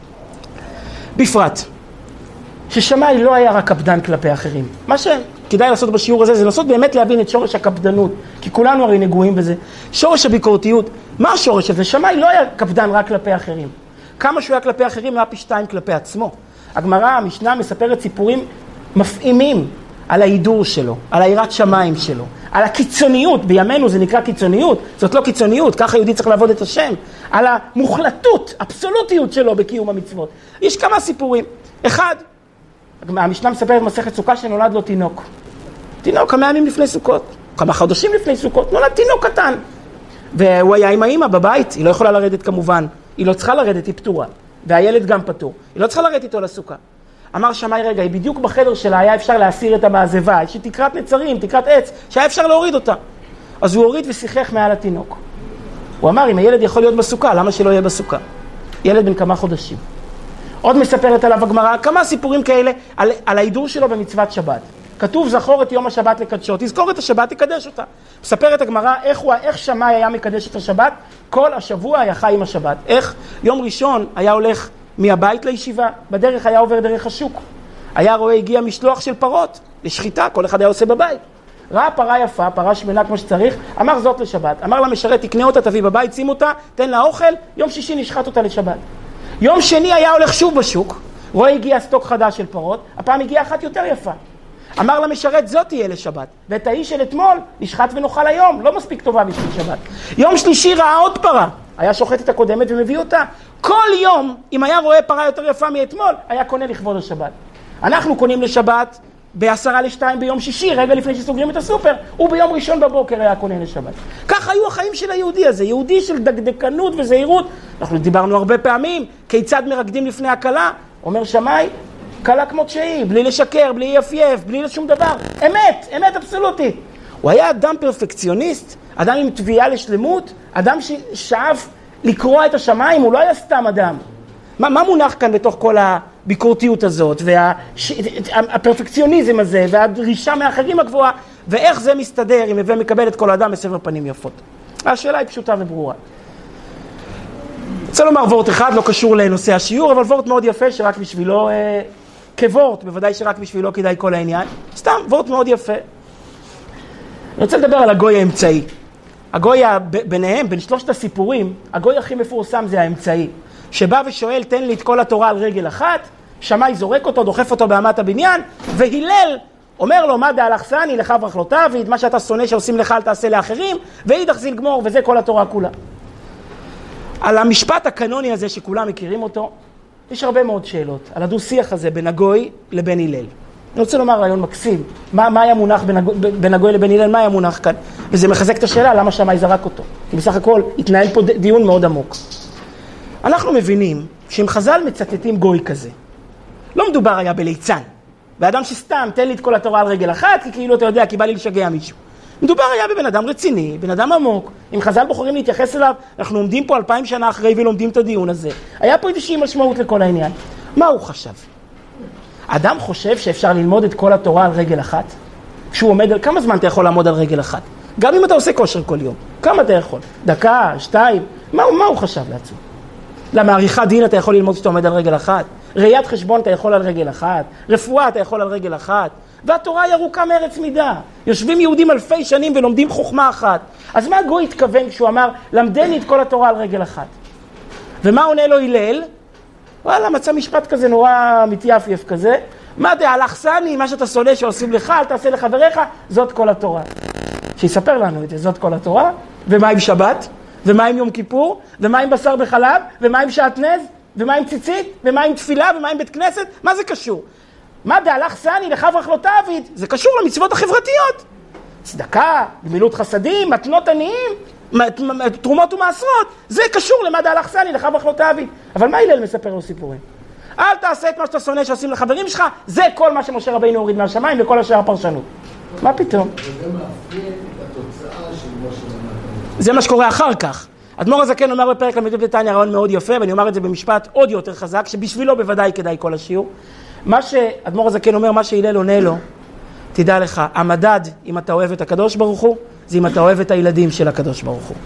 בפרט, ששמאי לא היה רק קפדן כלפי אחרים. מה שכדאי לעשות בשיעור הזה זה לנסות באמת להבין את שורש הקפדנות, כי כולנו הרי נגועים בזה. שורש הביקורתיות, מה השורש הזה? שמאי לא היה קפדן רק כלפי אחרים. כמה שהוא היה כלפי אחרים, היה פי שתיים כלפי עצמו. הגמרא, המשנה מספרת סיפורים מפעימים על ההידור שלו, על היראת שמיים שלו, על הקיצוניות, בימינו זה נקרא קיצוניות, זאת לא קיצוניות, ככה יהודי צריך לעבוד את השם, על המוחלטות, אבסולוטיות שלו בקיום המצוות. יש כמה סיפורים. אחד, המשנה מספרת מסכת סוכה שנולד לו תינוק. תינוק כמה ימים לפני סוכות, כמה חודשים לפני סוכות, נולד תינוק קטן. והוא היה עם האמא בבית, היא לא יכולה לרדת כמובן, היא לא צריכה לרדת, היא פטורה. והילד גם פטור, היא לא צריכה לרדת איתו לסוכה. אמר שמאי רגע, היא בדיוק בחדר שלה היה אפשר להסיר את המעזבה, יש תקרת נצרים, תקרת עץ, שהיה אפשר להוריד אותה. אז הוא הוריד ושיחך מעל התינוק. הוא אמר, אם הילד יכול להיות בסוכה, למה שלא יהיה בסוכה? ילד בן כמה חודשים. עוד מספרת עליו הגמרא, כמה סיפורים כאלה על, על ההידור שלו במצוות שבת. כתוב, זכור את יום השבת לקדשו, תזכור את השבת, תקדש אותה. מספרת הגמרא, איך, הוא, איך שמאי היה מקדש את השבת? כל השבוע היה חי עם השבת. איך? יום ראשון היה הולך מהבית לישיבה, בדרך היה עובר דרך השוק. היה רואה, הגיע משלוח של פרות, לשחיטה, כל אחד היה עושה בבית. ראה פרה יפה, פרה שמנה כמו שצריך, אמר זאת לשבת. אמר למשרת, תקנה אותה, תביא בבית, שים אותה, תן לה אוכל, יום שישי נשחט אותה לשבת. יום שני היה הולך שוב בשוק, רואה הגיע סטוק חדש של פרות, הפעם הגיעה אחת יותר יפה. אמר למשרת, זאת תהיה לשבת. ואת האיש של אתמול, נשחט ונאכל היום, לא מספיק טובה בשביל שבת. יום שלישי ראה עוד פרה, היה שוחט את הקודמת ומביא אותה. כל יום, אם היה רואה פרה יותר יפה מאתמול, היה קונה לכבוד השבת. אנחנו קונים לשבת בעשרה לשתיים ביום שישי, רגע לפני שסוגרים את הסופר, וביום ראשון בבוקר היה כונן לשבת. כך היו החיים של היהודי הזה, יהודי של דקדקנות וזהירות. אנחנו דיברנו הרבה פעמים, כיצד מרקדים לפני הקלה, אומר שמאי, קלה כמו שהיא, בלי לשקר, בלי יפייף, בלי לשום דבר. אמת, אמת אבסולוטית. הוא היה אדם פרפקציוניסט, אדם עם תביעה לשלמות, אדם ששאף לקרוא את השמיים, הוא לא היה סתם אדם. מה, מה מונח כאן בתוך כל הביקורתיות הזאת, והפרפקציוניזם הזה, והדרישה מאחרים הגבוהה, ואיך זה מסתדר אם הווה מקבל את כל האדם בסבר פנים יפות? השאלה היא פשוטה וברורה. רוצה לומר וורט אחד, לא קשור לנושא השיעור, אבל וורט מאוד יפה שרק בשבילו, אה, כוורט, בוודאי שרק בשבילו כדאי כל העניין. סתם, וורט מאוד יפה. אני רוצה לדבר על הגוי האמצעי. הגוי ביניהם, בין שלושת הסיפורים, הגוי הכי מפורסם זה האמצעי. שבא ושואל, תן לי את כל התורה על רגל אחת, שמאי זורק אותו, דוחף אותו באמת הבניין, והילל אומר לו, מה דאלכסני לך ברך לא תעביד, מה שאתה שונא שעושים לך אל תעשה לאחרים, ואידך זיל גמור, וזה כל התורה כולה. על המשפט הקנוני הזה שכולם מכירים אותו, יש הרבה מאוד שאלות, על הדו שיח הזה בין הגוי לבין הילל. אני רוצה לומר רעיון מקסים, מה, מה היה מונח בין, בין הגוי לבין הילל, מה היה מונח כאן? וזה מחזק את השאלה, למה שמאי זרק אותו? כי בסך הכל התנהל פה דיון מאוד עמוק. אנחנו מבינים שאם חז"ל מצטטים גוי כזה, לא מדובר היה בליצן, באדם שסתם תן לי את כל התורה על רגל אחת, כי כאילו אתה יודע, כי בא לי לשגע מישהו. מדובר היה בבן אדם רציני, בן אדם עמוק, אם חז"ל בוחרים להתייחס אליו, אנחנו עומדים פה אלפיים שנה אחרי ולומדים את הדיון הזה. היה פה איזושהי משמעות לכל העניין. מה הוא חשב? אדם חושב שאפשר ללמוד את כל התורה על רגל אחת? כשהוא עומד על... כמה זמן אתה יכול לעמוד על רגל אחת? גם אם אתה עושה כושר כל יום. כמה אתה יכול? דקה, שתיים? מה, מה הוא חשב לעצמו? למה עריכת דין אתה יכול ללמוד שאתה עומד על רגל אחת? ראיית חשבון אתה יכול על רגל אחת? רפואה אתה יכול על רגל אחת? והתורה היא ארוכה מארץ מידה. יושבים יהודים אלפי שנים ולומדים חוכמה אחת. אז מה הגוי התכוון כשהוא אמר, למדני את כל התורה על רגל אחת? ומה עונה לו הלל? וואלה, מצא משפט כזה נורא מתייפייף כזה. מה דאלכסני, מה שאתה שונא שעושים לך, אל תעשה לחבריך, זאת כל התורה. שיספר לנו את זה, זאת כל התורה. ומה עם שבת? ומה עם יום כיפור? ומה עם בשר בחלב? ומה עם שעטנז? ומה עם ציצית? ומה עם תפילה? ומה עם בית כנסת? מה זה קשור? מה דאלכסני לך ברך לא תעביד? זה קשור למצוות החברתיות. צדקה, גמילות חסדים, מתנות עניים, תרומות ומעשרות. זה קשור למה דאלכסני לך ברך לא תעביד. אבל מה הלל מספר לו סיפורים? אל תעשה את מה שאתה שונא שעושים לחברים שלך, זה כל מה שמשה רבינו הוריד מהשמיים וכל השאר הפרשנות. מה פתאום? זה מאפיין את התוצאה של מה שלמדת. זה מה שקורה אחר כך. אדמו"ר הזקן אומר בפרק ל"ט בתניא רעיון מאוד יפה, ואני אומר את זה במשפט עוד יותר חזק, שבשבילו בוודאי כדאי כל השיעור. מה שאדמו"ר הזקן אומר, מה שהילל עונה לו, תדע לך, המדד, אם אתה אוהב את הקדוש ברוך הוא, זה אם אתה אוהב את הילדים של הקדוש ברוך הוא.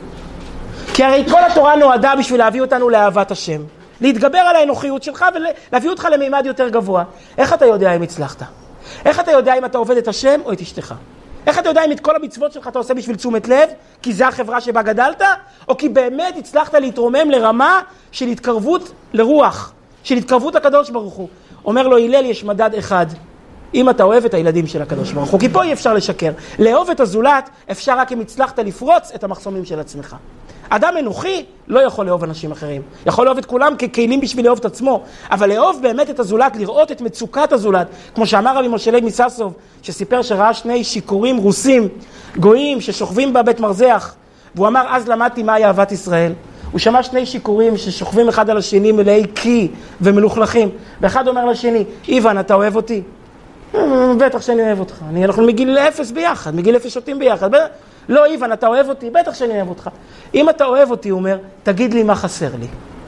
כי הרי כל התורה נועדה בשביל להביא אותנו לאהבת השם, להתגבר על האנוכיות שלך ולהביא אותך למימד יותר גבוה. איך אתה יודע אם הצלחת? איך אתה יודע אם אתה עובד את השם או את אשתך? איך אתה יודע אם את כל המצוות שלך אתה עושה בשביל תשומת לב, כי זה החברה שבה גדלת, או כי באמת הצלחת להתרומם לרמה של התקרבות לרוח, של התקרבות לקדוש ברוך הוא. אומר לו הלל, יש מדד אחד, אם אתה אוהב את הילדים של הקדוש ברוך הוא, כי פה אי אפשר לשקר. לאהוב את הזולת אפשר רק אם הצלחת לפרוץ את המחסומים של עצמך. אדם אנוכי לא יכול לאהוב אנשים אחרים. יכול לאהוב את כולם ככלים בשביל לאהוב את עצמו. אבל לאהוב באמת את הזולת, לראות את מצוקת הזולת. כמו שאמר רבי משה לייב מססוב, שסיפר שראה שני שיכורים רוסים, גויים, ששוכבים בבית מרזח. והוא אמר, אז למדתי מהי אהבת ישראל. הוא שמע שני שיכורים ששוכבים אחד על השני מלאי קי ומלוכלכים. ואחד אומר לשני, איוון, אתה אוהב אותי? בטח שאני אוהב אותך. אני, אנחנו מגיל אפס ביחד, מגיל אפס שותים ביחד. לא, איוון, אתה אוהב אותי? בטח שאני אוהב אותך. אם אתה אוהב אותי, הוא אומר, תגיד לי מה חסר לי.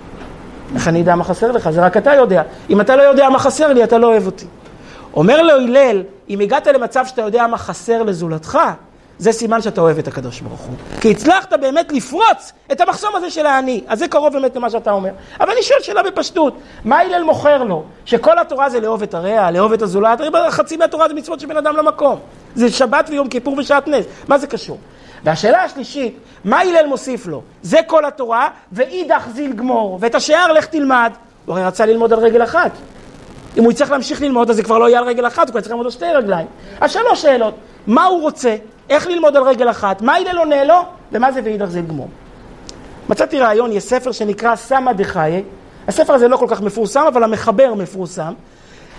איך אני יודע מה חסר לך? זה רק אתה יודע. אם אתה לא יודע מה חסר לי, אתה לא אוהב אותי. אומר לו הלל, אם הגעת למצב שאתה יודע מה חסר לזולתך, זה סימן שאתה אוהב את הקדוש ברוך הוא. כי הצלחת באמת לפרוץ את המחסום הזה של העני. אז זה קרוב באמת למה שאתה אומר. אבל אני שואל שאלה בפשטות. מה הלל מוכר לו? שכל התורה זה לאהוב את הרע, לאהוב את הזולת. חצי מהתורה זה מצוות שבין אדם למקום. זה שבת ויום כיפור ושעטנז. מה זה קשור? והשאלה השלישית, מה הלל מוסיף לו? זה כל התורה, ואידך זיל גמור. ואת השאר לך תלמד. הוא הרי רצה ללמוד על רגל אחת. אם הוא יצטרך להמשיך ללמוד, אז זה כבר לא יהיה על רגל אחת, הוא כבר צריך ללמוד על שתי רגליים. אז שלוש שאלות. מה הוא רוצה? איך ללמוד על רגל אחת? מה הלל עונה לו? ומה זה ואידך זיל גמור? מצאתי רעיון, יש ספר שנקרא סמא דחיי. הספר הזה לא כל כך מפורסם, אבל המחבר מפורסם.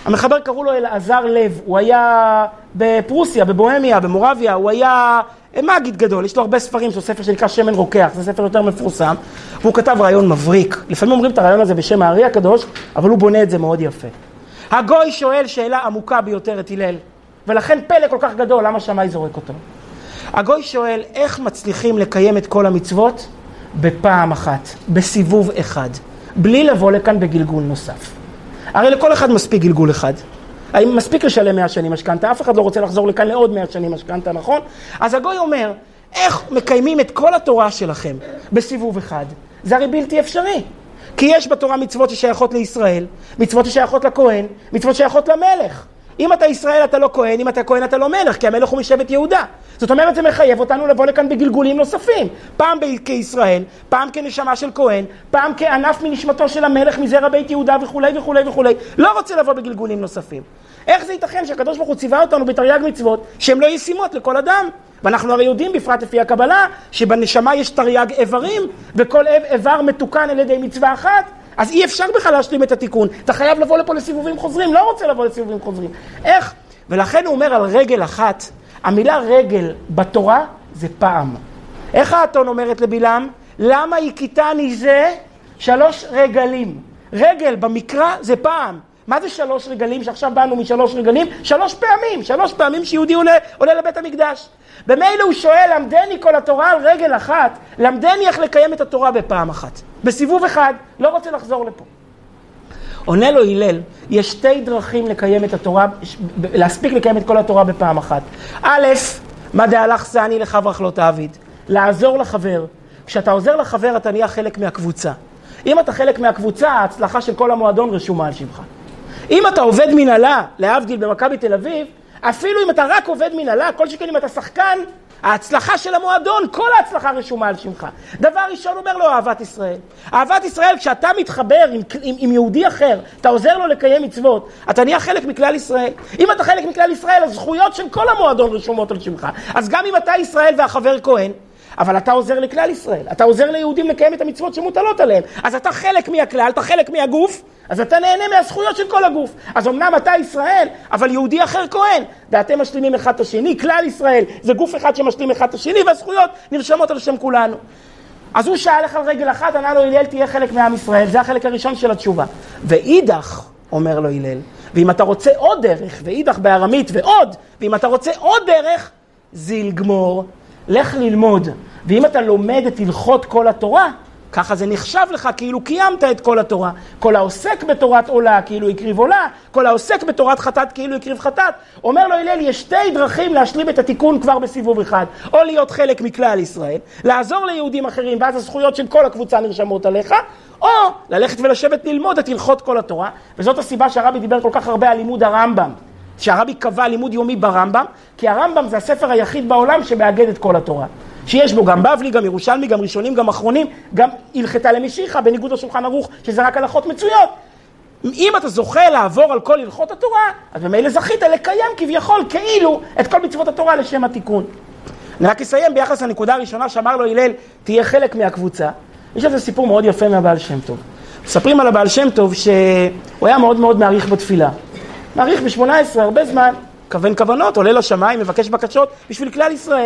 המחבר קראו לו אלעזר לב, הוא היה בפרוסיה, בבוהמיה, במורביה, הוא היה מגיד גדול, יש לו הרבה ספרים, יש לו ספר שנקרא שמן רוקח, זה ספר יותר מפורסם, והוא כתב רעיון מבריק. לפעמים אומרים את הרעיון הזה בשם הארי הקדוש, אבל הוא בונה את זה מאוד יפה. הגוי שואל שאלה עמוקה ביותר את הלל, ולכן פלא כל כך גדול, למה שמאי זורק אותו? הגוי שואל איך מצליחים לקיים את כל המצוות בפעם אחת, בסיבוב אחד, בלי לבוא לכאן בגלגול נוסף. הרי לכל אחד מספיק גלגול אחד. האם מספיק לשלם מאה שנים משכנתה? אף אחד לא רוצה לחזור לכאן לעוד מאה שנים משכנתה, נכון? אז הגוי אומר, איך מקיימים את כל התורה שלכם בסיבוב אחד? זה הרי בלתי אפשרי. כי יש בתורה מצוות ששייכות לישראל, מצוות ששייכות לכהן, מצוות ששייכות למלך. אם אתה ישראל אתה לא כהן, אם אתה כהן אתה לא מלך, כי המלך הוא משבט יהודה. זאת אומרת, זה מחייב אותנו לבוא לכאן בגלגולים נוספים. פעם כישראל, פעם כנשמה של כהן, פעם כענף מנשמתו של המלך מזרע בית יהודה וכו' וכו' וכו'. לא רוצה לבוא בגלגולים נוספים. איך זה ייתכן שהקדוש ברוך הוא ציווה אותנו בתרי"ג מצוות שהן לא ישימות לכל אדם? ואנחנו הרי יודעים בפרט לפי הקבלה שבנשמה יש תרי"ג איברים, וכל איבר מתוקן על ידי מצווה אחת. אז אי אפשר בכלל להשלים את התיקון. אתה חייב לבוא לפה לסיבובים חוזרים, לא רוצה לבוא לסיבובים חוזרים. איך? ולכן הוא אומר על רגל אחת, המילה רגל בתורה זה פעם. איך האתון אומרת לבלעם? למה הכיתני זה שלוש רגלים? רגל במקרא זה פעם. מה זה שלוש רגלים שעכשיו באנו משלוש רגלים? שלוש פעמים, שלוש פעמים שיהודי עולה, עולה לבית המקדש. במילא הוא שואל, למדני כל התורה על רגל אחת, למדני איך לקיים את התורה בפעם אחת. בסיבוב אחד, לא רוצה לחזור לפה. עונה לו הלל, יש שתי דרכים לקיים את התורה, להספיק לקיים את כל התורה בפעם אחת. א', מה דהלך סעני לחברך לא תעביד? לעזור לחבר. כשאתה עוזר לחבר אתה נהיה חלק מהקבוצה. אם אתה חלק מהקבוצה, ההצלחה של כל המועדון רשומה על שמך. אם אתה עובד מנהלה, להבדיל במכבי תל אביב, אפילו אם אתה רק עובד מנהלה, כל שכן אם אתה שחקן, ההצלחה של המועדון, כל ההצלחה רשומה על שמך. דבר ראשון אומר לו אהבת ישראל. אהבת ישראל, כשאתה מתחבר עם, עם, עם יהודי אחר, אתה עוזר לו לקיים מצוות, אתה נהיה חלק מכלל ישראל. אם אתה חלק מכלל ישראל, הזכויות של כל המועדון רשומות על שמך. אז גם אם אתה ישראל והחבר כהן, אבל אתה עוזר לכלל ישראל, אתה עוזר ליהודים לקיים את המצוות שמוטלות עליהם, אז אתה חלק מהכלל, אתה חלק מהגוף, אז אתה נהנה מהזכויות של כל הגוף. אז אמנם אתה ישראל, אבל יהודי אחר כהן, ואתם משלימים אחד את השני, כלל ישראל זה גוף אחד שמשלים אחד את השני, והזכויות נרשמות על שם כולנו. אז הוא שאל לך על רגל אחת, ענה לו הלל תהיה חלק מעם ישראל, זה החלק הראשון של התשובה. ואידך, אומר לו הלל, ואם אתה רוצה עוד דרך, ואידך בארמית ועוד, ואם אתה רוצה עוד דרך, זיל גמור, לך ללמוד. ואם אתה לומד את הלכות כל התורה, ככה זה נחשב לך כאילו קיימת את כל התורה. כל העוסק בתורת עולה כאילו הקריב עולה, כל העוסק בתורת חטאת כאילו הקריב חטאת. אומר לו הלל, יש שתי דרכים להשלים את התיקון כבר בסיבוב אחד. או להיות חלק מכלל ישראל, לעזור ליהודים אחרים, ואז הזכויות של כל הקבוצה נרשמות עליך, או ללכת ולשבת ללמוד את הלכות כל התורה. וזאת הסיבה שהרבי דיבר כל כך הרבה על לימוד הרמב"ם. שהרבי קבע לימוד יומי ברמב"ם, כי הרמב"ם זה הספר היחיד בעולם שמאגד את כל התורה. שיש בו גם בבלי, גם ירושלמי, גם ראשונים, גם אחרונים, גם הלכתה למשיחה, בניגוד לשולחן ערוך, שזה רק הלכות מצויות. אם אתה זוכה לעבור על כל הלכות התורה, אז במילא זכית לקיים כביכול, כאילו, את כל מצוות התורה לשם התיקון. אני רק אסיים ביחס לנקודה הראשונה שאמר לו הלל, תהיה חלק מהקבוצה. יש איזה סיפור מאוד יפה מהבעל שם טוב. מספרים על הבעל שם טוב שהוא היה מאוד מאוד מעריך בתפילה. מעריך ב-שמונה עשרה, הרבה זמן, כוון כוונות, עולה לשמיים, מבקש בקשות בשביל כלל ישראל.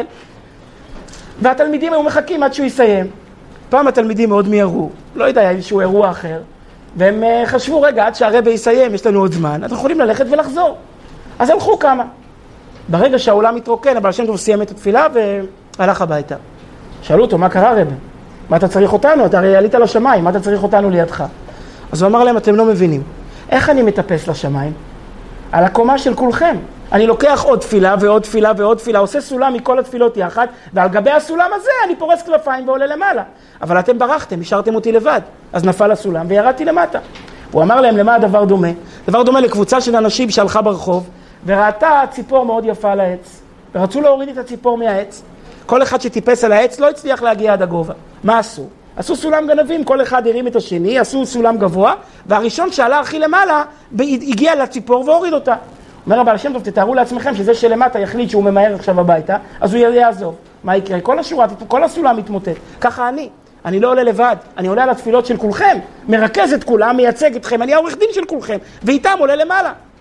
והתלמידים היו מחכים עד שהוא יסיים. פעם התלמידים מאוד מיהרו, לא יודע, איזשהו אירוע אחר, והם חשבו, רגע, עד שהרבא יסיים, יש לנו עוד זמן, אנחנו יכולים ללכת ולחזור. אז הלכו כמה. ברגע שהעולם מתרוקן, הבעל שם טוב סיים את התפילה והלך הביתה. שאלו אותו, מה קרה רבא? מה אתה צריך אותנו? אתה הרי עלית לשמיים, מה אתה צריך אותנו לידך? אז הוא אמר להם, אתם לא מבינים. איך אני מטפס לשמיים? על הקומה של כולכם. אני לוקח עוד תפילה ועוד תפילה ועוד תפילה, עושה סולם מכל התפילות יחד, ועל גבי הסולם הזה אני פורס כלפיים ועולה למעלה. אבל אתם ברחתם, השארתם אותי לבד. אז נפל הסולם וירדתי למטה. הוא אמר להם, למה הדבר דומה? דבר דומה לקבוצה של אנשים שהלכה ברחוב, וראתה ציפור מאוד יפה על העץ, ורצו להוריד את הציפור מהעץ. כל אחד שטיפס על העץ לא הצליח להגיע עד הגובה. מה עשו? עשו סולם גנבים, כל אחד הרים את השני, עשו סולם גבוה, והראשון שעלה הכי למעלה, הגיע לציפור והוריד אותה. אומר הבעל שם טוב, תתארו לעצמכם שזה שלמטה יחליט שהוא ממהר עכשיו הביתה, אז הוא יעזוב. מה יקרה? כל השורה, כל הסולם מתמוטט. ככה אני. אני לא עולה לבד, אני עולה על התפילות של כולכם, מרכז את כולם, מייצג אתכם, אני העורך דין של כולכם, ואיתם עולה למעלה.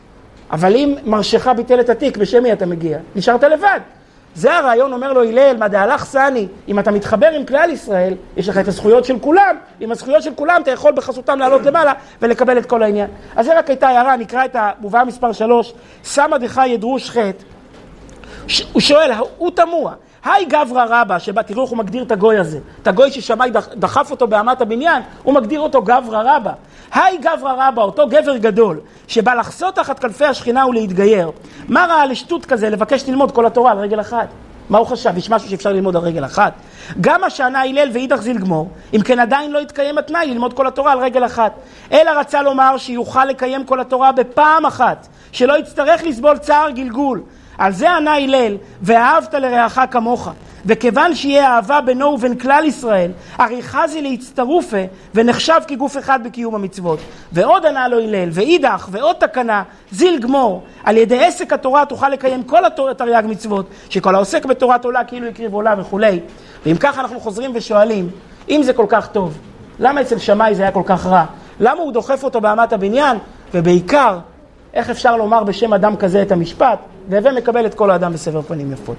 אבל אם מרשך ביטל את התיק, בשם מי אתה מגיע? נשארת לבד. זה הרעיון, אומר לו הלל, מה דהלך סני, אם אתה מתחבר עם כלל ישראל, יש לך את הזכויות של כולם, עם הזכויות של כולם אתה יכול בחסותם לעלות למעלה ולקבל את כל העניין. אז זה רק הייתה הערה, נקרא את המובאה מספר שלוש, סמא דחי ידרוש חטא. הוא שואל, הוא תמוה, היי גברא רבא, שבא, תראו איך הוא מגדיר את הגוי הזה, את הגוי ששמאי דחף אותו באמת הבניין, הוא מגדיר אותו גברא רבא. היי גברא רבא, אותו גבר גדול, שבא לחסות תחת כנפי השכינה ולהתגייר. מה ראה לשטות כזה, לבקש ללמוד כל התורה על רגל אחת? מה הוא חשב? יש משהו שאפשר ללמוד על רגל אחת? גם השענה הלל ואידך זיל גמור, אם כן עדיין לא יתקיים התנאי ללמוד כל התורה על רגל אחת. אלא רצה לומר שיוכל לקיים כל התורה בפעם אחת, שלא יצטרך לסבול צער גלגול. על זה ענה הלל, ואהבת לרעך כמוך. וכיוון שיהיה אהבה בינו ובין כלל ישראל, הרי חזי להצטרופה ונחשב כגוף אחד בקיום המצוות. ועוד ענה לו הלל, ואידך ועוד תקנה, זיל גמור, על ידי עסק התורה תוכל לקיים כל התרי"ג מצוות, שכל העוסק בתורת עולה כאילו הקריב עולה וכו'. ואם ככה אנחנו חוזרים ושואלים, אם זה כל כך טוב, למה אצל שמאי זה היה כל כך רע? למה הוא דוחף אותו באמת הבניין? ובעיקר, איך אפשר לומר בשם אדם כזה את המשפט, והווה מקבל את כל האדם בסבר פנים יפות.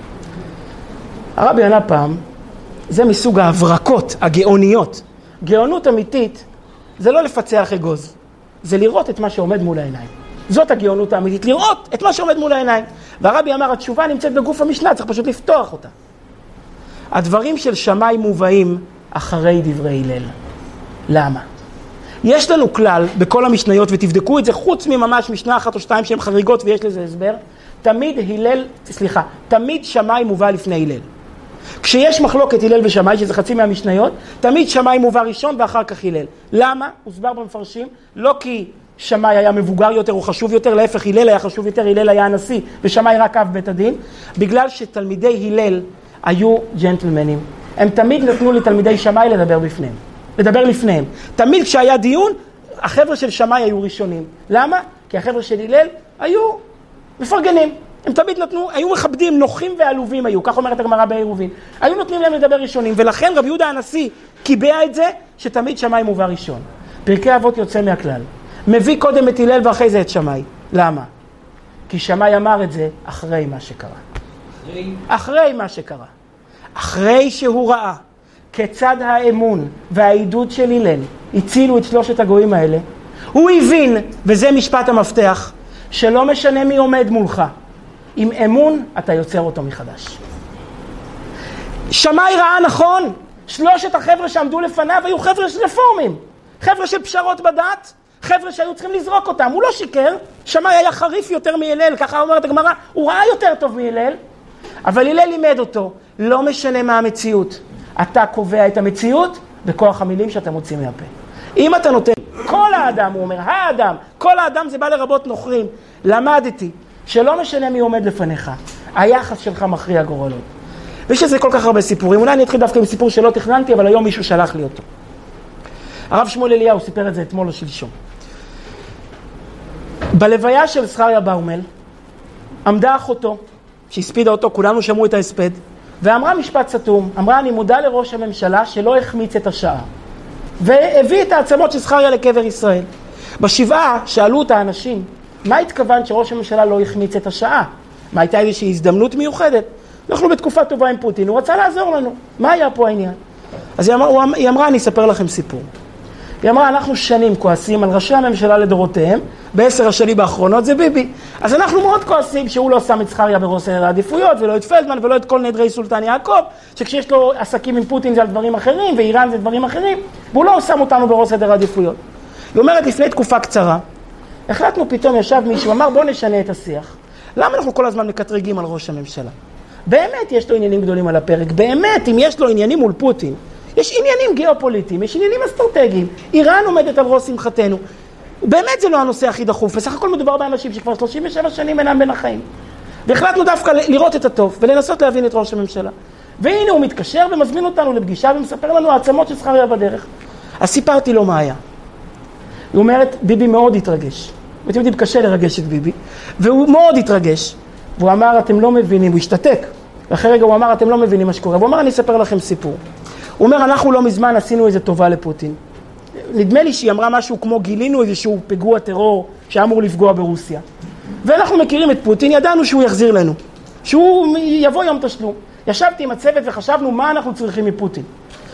הרבי ענה פעם, זה מסוג ההברקות, הגאוניות. גאונות אמיתית, זה לא לפצח אגוז, זה לראות את מה שעומד מול העיניים. זאת הגאונות האמיתית, לראות את מה שעומד מול העיניים. והרבי אמר, התשובה נמצאת בגוף המשנה, צריך פשוט לפתוח אותה. הדברים של שמאי מובאים אחרי דברי הלל. למה? יש לנו כלל בכל המשניות, ותבדקו את זה חוץ מממש משנה אחת או שתיים שהן חריגות ויש לזה הסבר, תמיד הלל, סליחה, תמיד שמאי מובא לפני הלל. כשיש מחלוקת הלל ושמאי, שזה חצי מהמשניות, תמיד שמאי מובא ראשון ואחר כך הלל. למה? הוסבר במפרשים, לא כי שמאי היה מבוגר יותר או חשוב יותר, להפך הלל היה חשוב יותר, הלל היה הנשיא ושמאי רק אב בית הדין, בגלל שתלמידי הלל היו ג'נטלמנים. הם תמיד נתנו לתלמידי שמאי לדבר בפניהם. לדבר לפניהם. תמיד כשהיה דיון, החבר'ה של שמאי היו ראשונים. למה? כי החבר'ה של הלל היו מפרגנים. הם תמיד נתנו, היו מכבדים, נוחים ועלובים היו, כך אומרת הגמרא בעירובין. היו נותנים להם לדבר ראשונים, ולכן רבי יהודה הנשיא קיבע את זה, שתמיד שמאי מובא ראשון. פרקי אבות יוצא מהכלל. מביא קודם את הלל ואחרי זה את שמאי. למה? כי שמאי אמר את זה אחרי מה שקרה. אחרי? אחרי מה שקרה. אחרי שהוא ראה כיצד האמון והעידוד של הלל הצילו את שלושת הגויים האלה, הוא הבין, וזה משפט המפתח, שלא משנה מי עומד מולך, עם אמון אתה יוצר אותו מחדש. שמאי ראה נכון, שלושת החבר'ה שעמדו לפניו היו חבר'ה של רפורמים, חבר'ה של פשרות בדת, חבר'ה שהיו צריכים לזרוק אותם. הוא לא שיקר, שמאי היה חריף יותר מהלל, ככה אומרת הגמרא, הוא ראה יותר טוב מהלל, אבל הלל לימד אותו, לא משנה מה המציאות, אתה קובע את המציאות בכוח המילים שאתה מוציא מהפה. אם אתה נותן, כל האדם, הוא אומר, האדם, כל האדם זה בא לרבות נוכרים. למדתי שלא משנה מי עומד לפניך, היחס שלך מכריע גורלות. ויש לזה כל כך הרבה סיפורים, אולי אני אתחיל דווקא עם סיפור שלא תכננתי, אבל היום מישהו שלח לי אותו. הרב שמואל אליהו סיפר את זה אתמול או שלשום. בלוויה של זכריה באומל, עמדה אחותו, שהספידה אותו, כולנו שמעו את ההספד, ואמרה משפט סתום, אמרה, אני מודה לראש הממשלה שלא החמיץ את השעה, והביא את העצמות של זכריה לקבר ישראל. בשבעה שאלו אותה האנשים, מה התכוון שראש הממשלה לא החמיץ את השעה? מה הייתה איזושהי הזדמנות מיוחדת? אנחנו בתקופה טובה עם פוטין, הוא רצה לעזור לנו. מה היה פה העניין? אז היא אמרה, היא אמרה, אני אספר לכם סיפור. היא אמרה, אנחנו שנים כועסים על ראשי הממשלה לדורותיהם, בעשר השנים האחרונות זה ביבי. אז אנחנו מאוד כועסים שהוא לא שם את זכריה בראש סדר העדיפויות, ולא את פלדמן, ולא את כל נדרי סולטן יעקב, שכשיש לו עסקים עם פוטין זה על דברים אחרים, ואיראן זה דברים אחרים, והוא לא שם אותנו בראש סדר העדיפויות. היא אומרת, לפני תקופה קצרה, החלטנו פתאום, ישב מישהו, אמר, בוא נשנה את השיח. למה אנחנו כל הזמן מקטרגים על ראש הממשלה? באמת יש לו עניינים גדולים על הפרק, באמת, אם יש לו עניינים מול פוטין, יש עניינים גיאופוליטיים, יש עניינים אסטרטגיים, איראן עומדת על ראש שמחתנו. באמת זה לא הנושא הכי דחוף, בסך הכל מדובר באנשים שכבר שלושים ושבע שנים אינם בין החיים. והחלטנו דווקא לראות את הטוב ולנסות להבין את ראש הממשלה. והנה הוא מתקשר ומזמין אותנו לפגישה ומספר לנו העצמות של זכריה בדרך. אז סיפרתי לו מה היה. היא אומרת, ביבי מאוד התרגש. ואתם יודעים, קשה לרגש את ביבי. והוא מאוד התרגש. והוא אמר, אתם לא מבינים, הוא השתתק. ואחרי רגע הוא אמר, אתם לא מבינים מה שקורה. והוא אמר, אני אספר לכם סיפור. הוא אומר, אנחנו לא מזמן עשינו איזה טובה לפוטין. נדמה לי שהיא אמרה משהו כמו גילינו איזשהו פיגוע טרור שאמור לפגוע ברוסיה. ואנחנו מכירים את פוטין, ידענו שהוא יחזיר לנו, שהוא יבוא יום תשלום. ישבתי עם הצוות וחשבנו מה אנחנו צריכים מפוטין.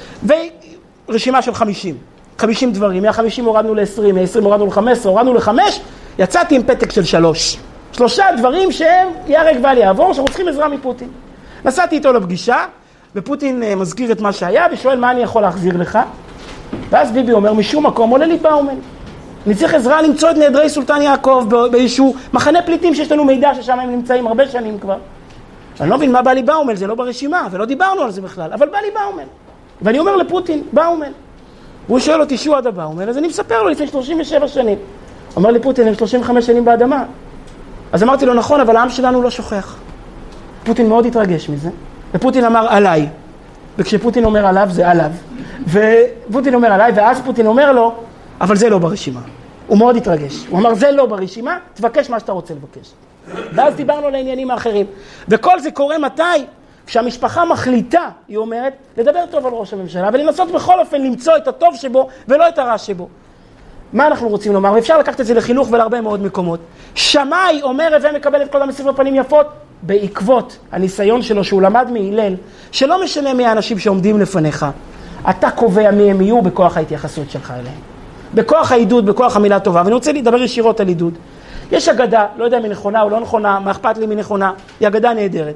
ורשימה של חמישים, חמישים דברים, מה-חמישים הורדנו ל-עשרים, מה-עשרים הורדנו ל-חמש עשרה, הורדנו ל-חמש, יצאתי עם פתק של שלוש. שלושה דברים שהם ירק ואל יעבור, שאנחנו צריכים עזרה מפוטין. נסעתי איתו לפגישה, ופוטין מזכיר את מה שהיה, ושואל מה אני יכול להחזיר לך. ואז ביבי אומר, משום מקום עולה לי באומן. אני צריך עזרה למצוא את נעדרי סולטן יעקב באיזשהו מחנה פליטים שיש לנו מידע ששם הם נמצאים הרבה שנים כבר. אני לא מבין מה בא לי באומן, זה לא ברשימה, ולא דיברנו על זה בכלל, אבל בא לי באומן. ואני אומר לפוטין, באומן. והוא שואל אותי, שהוא עד הבאומן, אז אני מספר לו לפני שלושים ושבע שנים. אומר לי פוטין, הם שלושים וחמש שנים באדמה. אז אמרתי לו, נכון, אבל העם שלנו לא שוכח. פוטין מאוד התרגש מזה, ופוטין אמר עליי. וכשפוטין אומר עליו, זה עליו. ופוטין אומר עליי, ואז פוטין אומר לו, אבל זה לא ברשימה. הוא מאוד התרגש. הוא אמר, זה לא ברשימה, תבקש מה שאתה רוצה לבקש. ואז דיברנו על העניינים האחרים. וכל זה קורה מתי? כשהמשפחה מחליטה, היא אומרת, לדבר טוב על ראש הממשלה, ולנסות בכל אופן למצוא את הטוב שבו, ולא את הרע שבו. מה אנחנו רוצים לומר? ואפשר לקחת את זה לחינוך ולהרבה מאוד מקומות. שמאי אומר, הווה מקבל את כל המספר פנים יפות, בעקבות הניסיון שלו שהוא למד מהילל, שלא משנה מי האנשים שעומדים לפניך, אתה קובע מי הם יהיו בכוח ההתייחסות שלך אליהם. בכוח העידוד, בכוח המילה טובה. ואני רוצה לדבר ישירות על עידוד. יש אגדה, לא יודע מי נכונה או לא נכונה, מה אכפת לי מי נכונה, היא אגדה נהדרת.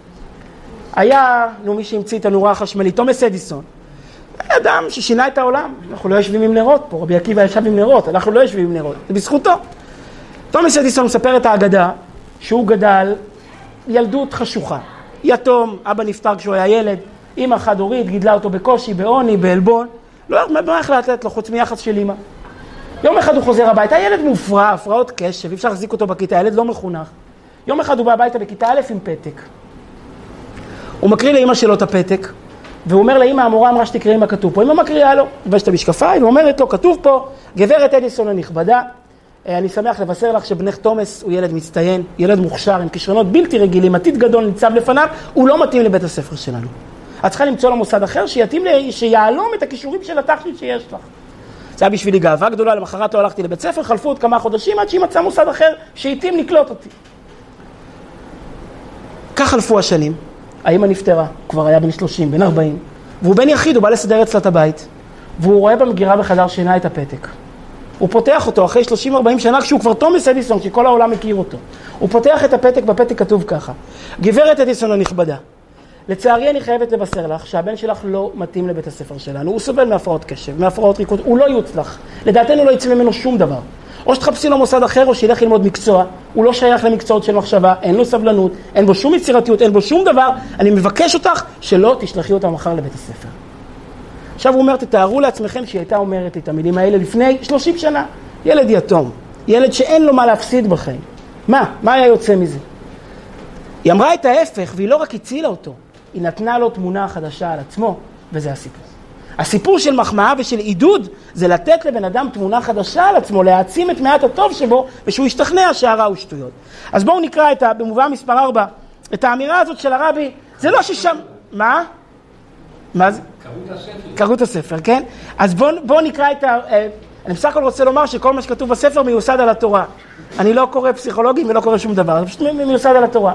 היה, נו, מי שהמציא את הנורה החשמלית, תומס אדיסון. אדם ששינה את העולם. אנחנו לא יושבים עם נרות פה, רבי עקיבא ישב עם נרות, אנחנו לא יושבים עם נרות, זה בזכותו. תומס אדיסון מספר את האגדה שהוא גדל ילדות חשוכה. יתום, אבא נפטר כשהוא היה ילד, אמא חד הורית, גידלה אותו בקושי, בעוני, בעלבון. לא איך לתת לו חוץ מיחס של אמא. יום אחד הוא חוזר הביתה, ילד מופרע, הפרעות קשב, אי אפשר להחזיק אותו בכיתה, ילד לא מחונך. יום אחד הוא בא הביתה בכיתה א' עם פתק. הוא מקריא לאמא שלו את הפתק, והוא אומר לאמא, המורה אמרה שתקראי מה כתוב פה. אמא מקריאה לו, ובשת המשקפיים, ואומרת לו, כתוב פה, גברת אדיסון הנכבדה, אני שמח לבשר לך שבנך תומס הוא ילד מצטיין, ילד מוכשר, עם כישרונות בלתי רגילים, עתיד גדול ניצב לפניו, הוא לא מתאים לבית הספר שלנו. את צריכה למצוא לו מוסד אחר שיתאים, שיעלום את הכישורים של התכלית שיש לך. זה היה בשבילי גאווה גדולה, למחרת לא הלכתי לבית ספר, חלפו עוד כמה חודשים עד שהיא מצאה מוסד אחר שהתאים לקלוט אותי. כך חלפו השנים, האמא נפטרה, כבר היה בן שלושים, בן ארבעים, והוא בן יחיד, הוא בא לסדר אצלה את הבית, והוא רואה במגירה בחדר שינה את הפתק. הוא פותח אותו אחרי שלושים ארבעים שנה, כשהוא כבר תומס אדיסון, שכל העולם מכיר אותו. הוא פותח את הפתק, בפתק כתוב ככה, גברת אדיסון הנכבדה, לצערי אני חייבת לבשר לך שהבן שלך לא מתאים לבית הספר שלנו, הוא סובל מהפרעות קשב, מהפרעות ריקוד, הוא לא יוצלח, לדעתנו לא יצא ממנו שום דבר. או שתחפשי לו מוסד אחר או שילך ללמוד מקצוע, הוא לא שייך למקצועות של מחשבה, אין לו סבלנות, אין בו שום יצירתיות, אין בו שום דבר, אני מבקש אותך שלא תשלחי אותה מחר לבית הספר. עכשיו הוא אומר, תתארו לעצמכם שהיא הייתה אומרת לי את המילים האלה לפני שלושים שנה, ילד יתום, ילד שאין לו מה להפסיד בחיים. מה? מה היה יוצא מזה? היא אמרה את ההפך והיא לא רק הצילה אותו, היא נתנה לו תמונה חדשה על עצמו, וזה הסיפור. הסיפור של מחמאה ושל עידוד זה לתת לבן אדם תמונה חדשה על עצמו, להעצים את מעט הטוב שבו, ושהוא ישתכנע שהרע הוא שטויות. אז בואו נקרא את, במובא מספר ארבע, את האמירה הזאת של הרבי, זה לא ששם... מה? מה זה? קראו את הספר. קראו את הספר, כן? אז בואו בוא נקרא את ה... אני בסך הכל רוצה לומר שכל מה שכתוב בספר מיוסד על התורה. אני לא קורא פסיכולוגים ולא קורא שום דבר, זה פשוט מיוסד על התורה.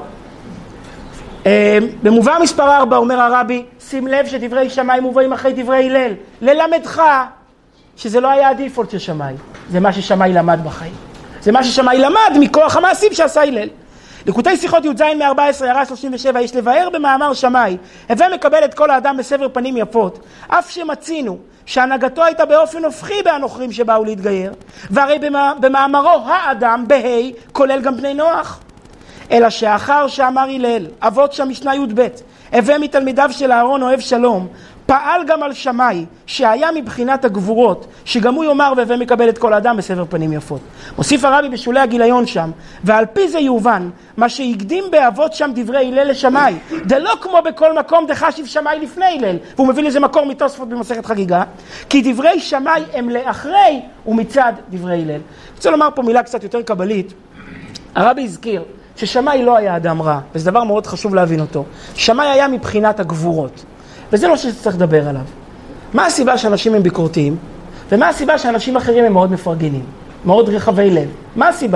במובא מספר ארבע אומר הרבי, שים לב שדברי שמאי מובאים אחרי דברי הלל, ללמדך שזה לא היה הדיפולט של שמאי, זה מה ששמאי למד בחיים, זה מה ששמאי למד מכוח המעשים שעשה הלל. לקוטי שיחות י"ז מ-ארבע עשרה, הערה שלושים ושבע, יש לבאר במאמר שמאי, הווה מקבל את כל האדם בסבר פנים יפות, אף שמצינו שהנהגתו הייתה באופן הופכי בהנוכרים שבאו להתגייר, והרי במאמרו האדם בהי כולל גם בני נוח. אלא שאחר שאמר הלל, אבות שם משנה י"ב, הווה מתלמידיו של אהרון אוהב שלום, פעל גם על שמאי, שהיה מבחינת הגבורות, שגם הוא יאמר והווה מקבל את כל האדם בסבר פנים יפות. מוסיף הרבי בשולי הגיליון שם, ועל פי זה יובן, מה שהקדים באבות שם דברי הלל לשמאי, זה לא כמו בכל מקום דחשיב שמאי לפני הלל, והוא מביא לזה מקור מתוספות במסכת חגיגה, כי דברי שמאי הם לאחרי ומצד דברי הלל. אני רוצה לומר פה מילה קצת יותר קבלית, הרבי הזכיר, ששמאי לא היה אדם רע, וזה דבר מאוד חשוב להבין אותו. שמאי היה מבחינת הגבורות, וזה לא שצריך לדבר עליו. מה הסיבה שאנשים הם ביקורתיים? ומה הסיבה שאנשים אחרים הם מאוד מפרגנים, מאוד רחבי לב? מה הסיבה?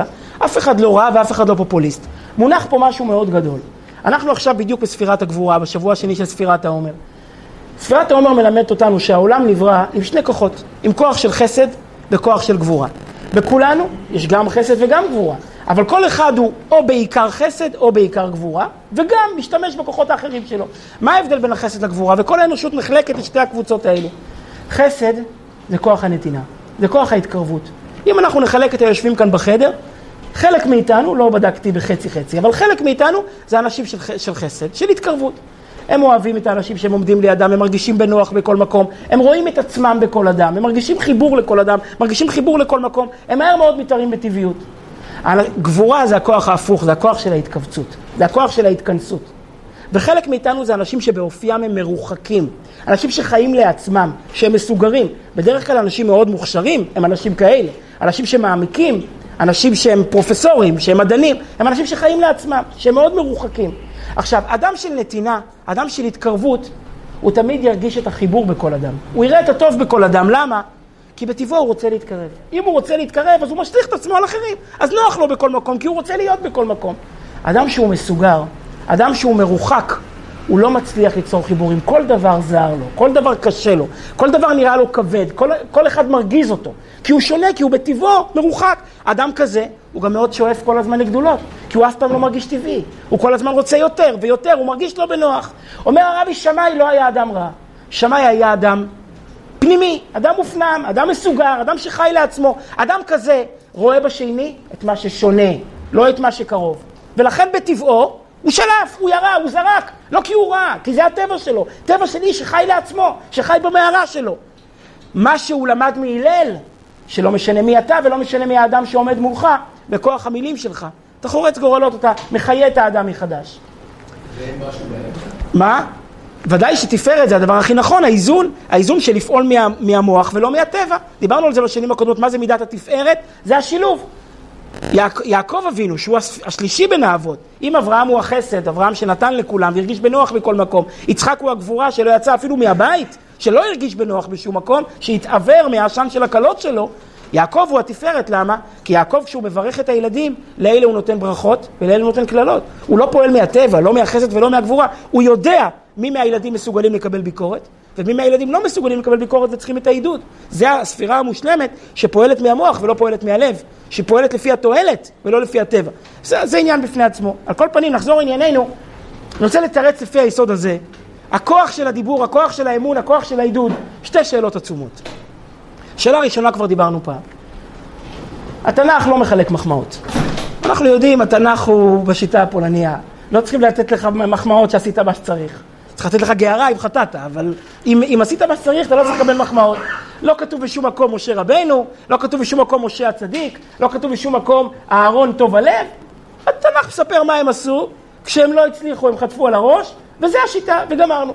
אף אחד לא רע ואף אחד לא פופוליסט. מונח פה משהו מאוד גדול. אנחנו עכשיו בדיוק בספירת הגבורה, בשבוע השני של ספירת העומר. ספירת העומר מלמדת אותנו שהעולם נברא עם שני כוחות, עם כוח של חסד וכוח של גבורה. בכולנו יש גם חסד וגם גבורה, אבל כל אחד הוא או בעיקר חסד או בעיקר גבורה, וגם משתמש בכוחות האחרים שלו. מה ההבדל בין החסד לגבורה? וכל האנושות נחלקת את שתי הקבוצות האלו. חסד זה כוח הנתינה, זה כוח ההתקרבות. אם אנחנו נחלק את היושבים כאן בחדר, חלק מאיתנו, לא בדקתי בחצי חצי, אבל חלק מאיתנו זה אנשים של, של חסד, של התקרבות. הם אוהבים את האנשים שהם עומדים לידם, הם מרגישים בנוח בכל מקום, הם רואים את עצמם בכל אדם, הם מרגישים חיבור לכל אדם, מרגישים חיבור לכל מקום, הם מהר מאוד מתארים בטבעיות. גבורה זה הכוח ההפוך, זה הכוח של ההתכווצות, זה הכוח של ההתכנסות. וחלק מאיתנו זה אנשים שבאופיים הם מרוחקים, אנשים שחיים לעצמם, שהם מסוגרים. בדרך כלל אנשים מאוד מוכשרים, הם אנשים כאלה, אנשים שמעמיקים, אנשים שהם פרופסורים, שהם מדענים, הם אנשים שחיים לעצמם, שהם מאוד מרוחקים. עכשיו, אדם של נתינה, אדם של התקרבות, הוא תמיד ירגיש את החיבור בכל אדם. הוא יראה את הטוב בכל אדם. למה? כי בטבעו הוא רוצה להתקרב. אם הוא רוצה להתקרב, אז הוא משליך את עצמו על אחרים. אז נוח לו בכל מקום, כי הוא רוצה להיות בכל מקום. אדם שהוא מסוגר, אדם שהוא מרוחק, הוא לא מצליח ליצור חיבורים. כל דבר זר לו, כל דבר קשה לו, כל דבר נראה לו כבד, כל, כל אחד מרגיז אותו. כי הוא שונה, כי הוא בטבעו מרוחק. אדם כזה, הוא גם מאוד שואף כל הזמן לגדולות, כי הוא אף פעם לא מרגיש טבעי. הוא כל הזמן רוצה יותר ויותר, הוא מרגיש לא בנוח. אומר הרבי, שמאי לא היה אדם רע. שמאי היה אדם פנימי, אדם מופנם, אדם מסוגר, אדם שחי לעצמו. אדם כזה רואה בשני את מה ששונה, לא את מה שקרוב. ולכן בטבעו, הוא שלף, הוא ירה, הוא זרק, לא כי הוא רע, כי זה הטבע שלו. טבע של איש שחי לעצמו, שחי במערה שלו. מה שהוא למד מהלל, שלא משנה מי אתה ולא משנה מי האדם שעומד מולך, בכוח המילים שלך. אתה חורץ גורלות, אתה מחיה את האדם מחדש. ואין משהו באמצע? מה? ודאי שתפארת זה הדבר הכי נכון, האיזון, האיזון של לפעול מה, מהמוח ולא מהטבע. דיברנו על זה בשנים הקודמות, מה זה מידת התפארת? זה השילוב. יעק, יעקב אבינו, שהוא השלישי בין האבות, אם אברהם הוא החסד, אברהם שנתן לכולם והרגיש בנוח בכל מקום, יצחק הוא הגבורה שלא יצא אפילו מהבית, שלא הרגיש בנוח בשום מקום, שהתעבר מהעשן של הקלות שלו. יעקב הוא התפארת, למה? כי יעקב כשהוא מברך את הילדים, לאלה הוא נותן ברכות ולאלה הוא נותן כללות. הוא לא פועל מהטבע, לא מהחסד ולא מהגבורה. הוא יודע מי מהילדים מסוגלים לקבל ביקורת, ומי מהילדים לא מסוגלים לקבל ביקורת וצריכים את העידוד. זה הספירה המושלמת שפועלת מהמוח ולא פועלת מהלב, שפועלת לפי התועלת ולא לפי הטבע. זה, זה עניין בפני עצמו. על כל פנים, נחזור ענייננו. אני רוצה לתרץ לפי היסוד הזה. הכוח של הדיבור, הכוח של האמון, הכוח של העידוד. שתי שאלות עצומות. שאלה ראשונה כבר דיברנו פעם. התנ"ך לא מחלק מחמאות. אנחנו יודעים, התנ"ך הוא בשיטה הפולניה. לא צריכים לתת לך מחמאות שעשית מה שצריך. צריך לתת לך גערה אם חטאת, אבל אם, אם עשית מה שצריך, אתה לא צריך לקבל מחמאות. לא כתוב בשום מקום משה רבנו, לא כתוב בשום מקום משה הצדיק, לא כתוב בשום מקום אהרון טוב הלב. התנ"ך מספר מה הם עשו, כשהם לא הצליחו הם חטפו על הראש, וזה השיטה, וגמרנו.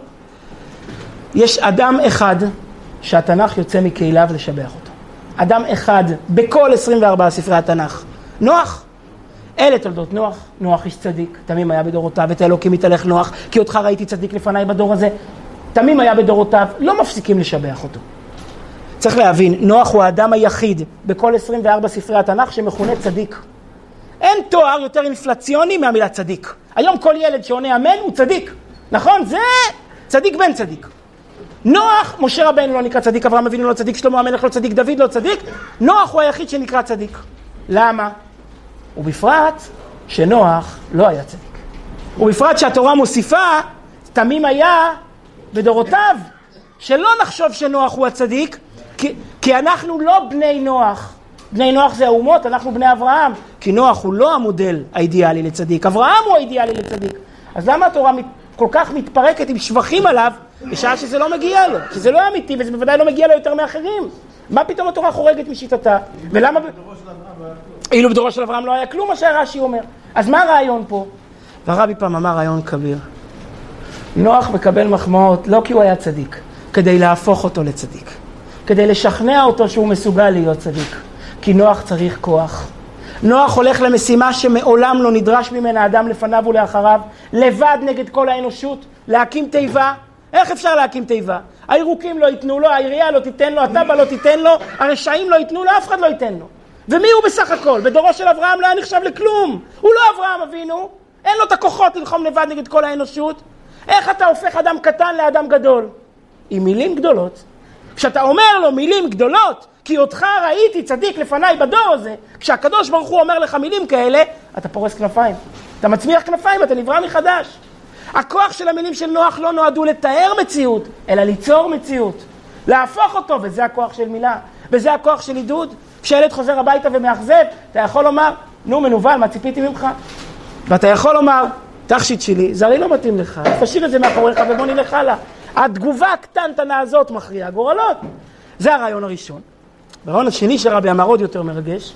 יש אדם אחד שהתנ"ך יוצא מקהיליו לשבח אותו. אדם אחד בכל עשרים וארבעה ספרי התנ"ך. נוח. אלה תולדות נוח. נוח איש צדיק. תמים היה בדורותיו, את האלוקים יתהלך נוח, כי אותך ראיתי צדיק לפניי בדור הזה. תמים היה בדורותיו, לא מפסיקים לשבח אותו. צריך להבין, נוח הוא האדם היחיד בכל עשרים וארבעה ספרי התנ"ך שמכונה צדיק. אין תואר יותר אינפלציוני מהמילה צדיק. היום כל ילד שעונה אמן הוא צדיק. נכון? זה צדיק בן צדיק. נוח, משה רבנו לא נקרא צדיק, אברהם אבינו לא צדיק, שלמה המלך לא צדיק, דוד לא צדיק. נוח הוא היחיד שנקרא צדיק. למה? ובפרט שנוח לא היה צדיק. ובפרט שהתורה מוסיפה, תמים היה בדורותיו, שלא נחשוב שנוח הוא הצדיק, כי, כי אנחנו לא בני נוח. בני נוח זה האומות, אנחנו בני אברהם. כי נוח הוא לא המודל האידיאלי לצדיק, אברהם הוא האידיאלי לצדיק. אז למה התורה כל כך מתפרקת עם שבחים עליו, בשעה שזה לא מגיע לו, שזה לא אמיתי, וזה בוודאי לא מגיע לו יותר מאחרים? מה פתאום התורה חורגת משיטתה? ולמה... אילו בדורו של אברהם לא היה כלום, מה שהרש"י אומר. אז מה הרעיון פה? והרבי פעם אמר רעיון כביר. נוח מקבל מחמאות לא כי הוא היה צדיק, כדי להפוך אותו לצדיק. כדי לשכנע אותו שהוא מסוגל להיות צדיק. כי נוח צריך כוח. נוח הולך למשימה שמעולם לא נדרש ממנה אדם לפניו ולאחריו, לבד נגד כל האנושות, להקים תיבה. איך אפשר להקים תיבה? הירוקים לא ייתנו לו, העירייה לא תיתן לו, הטבע לא תיתן לו, הרשעים לא ייתנו לו, אף אחד לא ייתן לו. ומי הוא בסך הכל? בדורו של אברהם לא היה נחשב לכלום. הוא לא אברהם אבינו, אין לו את הכוחות ללחום לבד נגד כל האנושות. איך אתה הופך אדם קטן לאדם גדול? עם מילים גדולות. כשאתה אומר לו מילים גדולות, כי אותך ראיתי צדיק לפניי בדור הזה, כשהקדוש ברוך הוא אומר לך מילים כאלה, אתה פורס כנפיים. אתה מצמיח כנפיים, אתה נברא מחדש. הכוח של המילים של נוח לא נועדו לתאר מציאות, אלא ליצור מציאות. להפוך אותו, וזה הכוח של מילה. וזה הכוח של עידוד. כשילד חוזר הביתה ומאכזב, אתה יכול לומר, נו מנובל, מה ציפיתי ממך? ואתה יכול לומר, תכשיט שלי, זה הרי לא מתאים לך, תשאיר את זה מאחוריך ובוא נלך הלאה. התגובה הקטנטנה הזאת מכריעה גורלות. זה הרעיון הראשון. הרעיון השני שרבי אמר עוד יותר מרגש.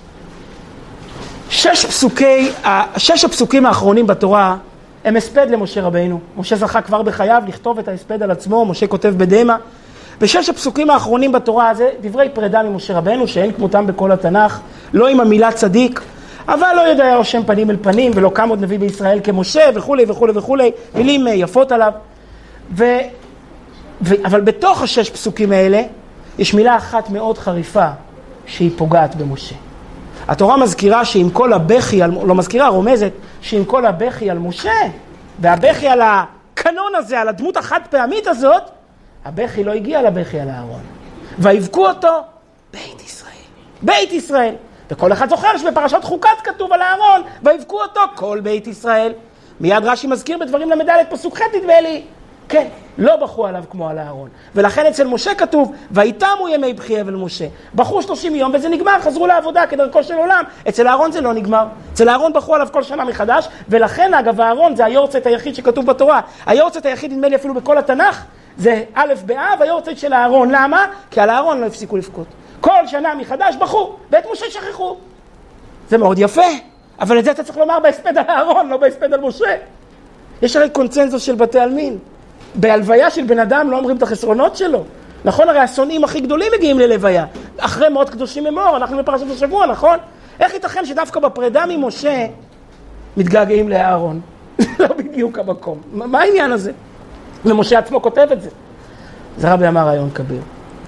שש פסוקי, שש הפסוקים האחרונים בתורה הם הספד למשה רבינו. משה זכה כבר בחייו לכתוב את ההספד על עצמו, משה כותב בדמה. ושש הפסוקים האחרונים בתורה זה דברי פרידה ממשה רבינו, שאין כמותם בכל התנ"ך, לא עם המילה צדיק, אבל לא יודע או שם פנים אל פנים, ולא קם עוד נביא בישראל כמשה וכו' וכו' וכו', מילים יפות עליו. ו... ו... אבל בתוך השש פסוקים האלה, יש מילה אחת מאוד חריפה, שהיא פוגעת במשה. התורה מזכירה שעם כל הבכי, על... לא מזכירה, רומזת, שעם כל הבכי על משה, והבכי על הקנון הזה, על הדמות החד פעמית הזאת, הבכי לא הגיע לבכי על הארון. ויבכו אותו בית ישראל. בית ישראל. וכל אחד זוכר שבפרשת חוקת כתוב על הארון, ויבכו אותו כל בית ישראל. מיד רש"י מזכיר בדברים למד' פסוק ח' נדמה לי. כן, לא בכו עליו כמו על הארון. ולכן אצל משה כתוב, ויתמו ימי בכי אבל משה. בכו שלושים יום וזה נגמר, חזרו לעבודה כדרכו של עולם. אצל הארון זה לא נגמר. אצל הארון בכו עליו כל שנה מחדש, ולכן אגב הארון זה היורצת היחיד שכתוב בתורה. היורצת היחיד נדמה לי אפילו בכל התנ"ך, זה א' באב, היורצת של הארון. למה? כי על הארון לא הפסיקו לבכות. כל שנה מחדש בכו, ואת משה שכחו. זה מאוד יפה, אבל את זה אתה צריך לומר בהספד על הארון, לא בהספד על משה. יש הרי קונצנזוס של בתי עלמין. בהלוויה של בן אדם לא אומרים את החסרונות שלו. נכון, הרי השונאים הכי גדולים מגיעים ללוויה. אחרי מאות קדושים ממור, אנחנו בפרשת השבוע, נכון? איך ייתכן שדווקא בפרידה ממשה מתגעגעים לאהרון? זה לא בדיוק המקום. מה העניין הזה? ומשה עצמו כותב את זה. זה רבי אמר רעיון כביר.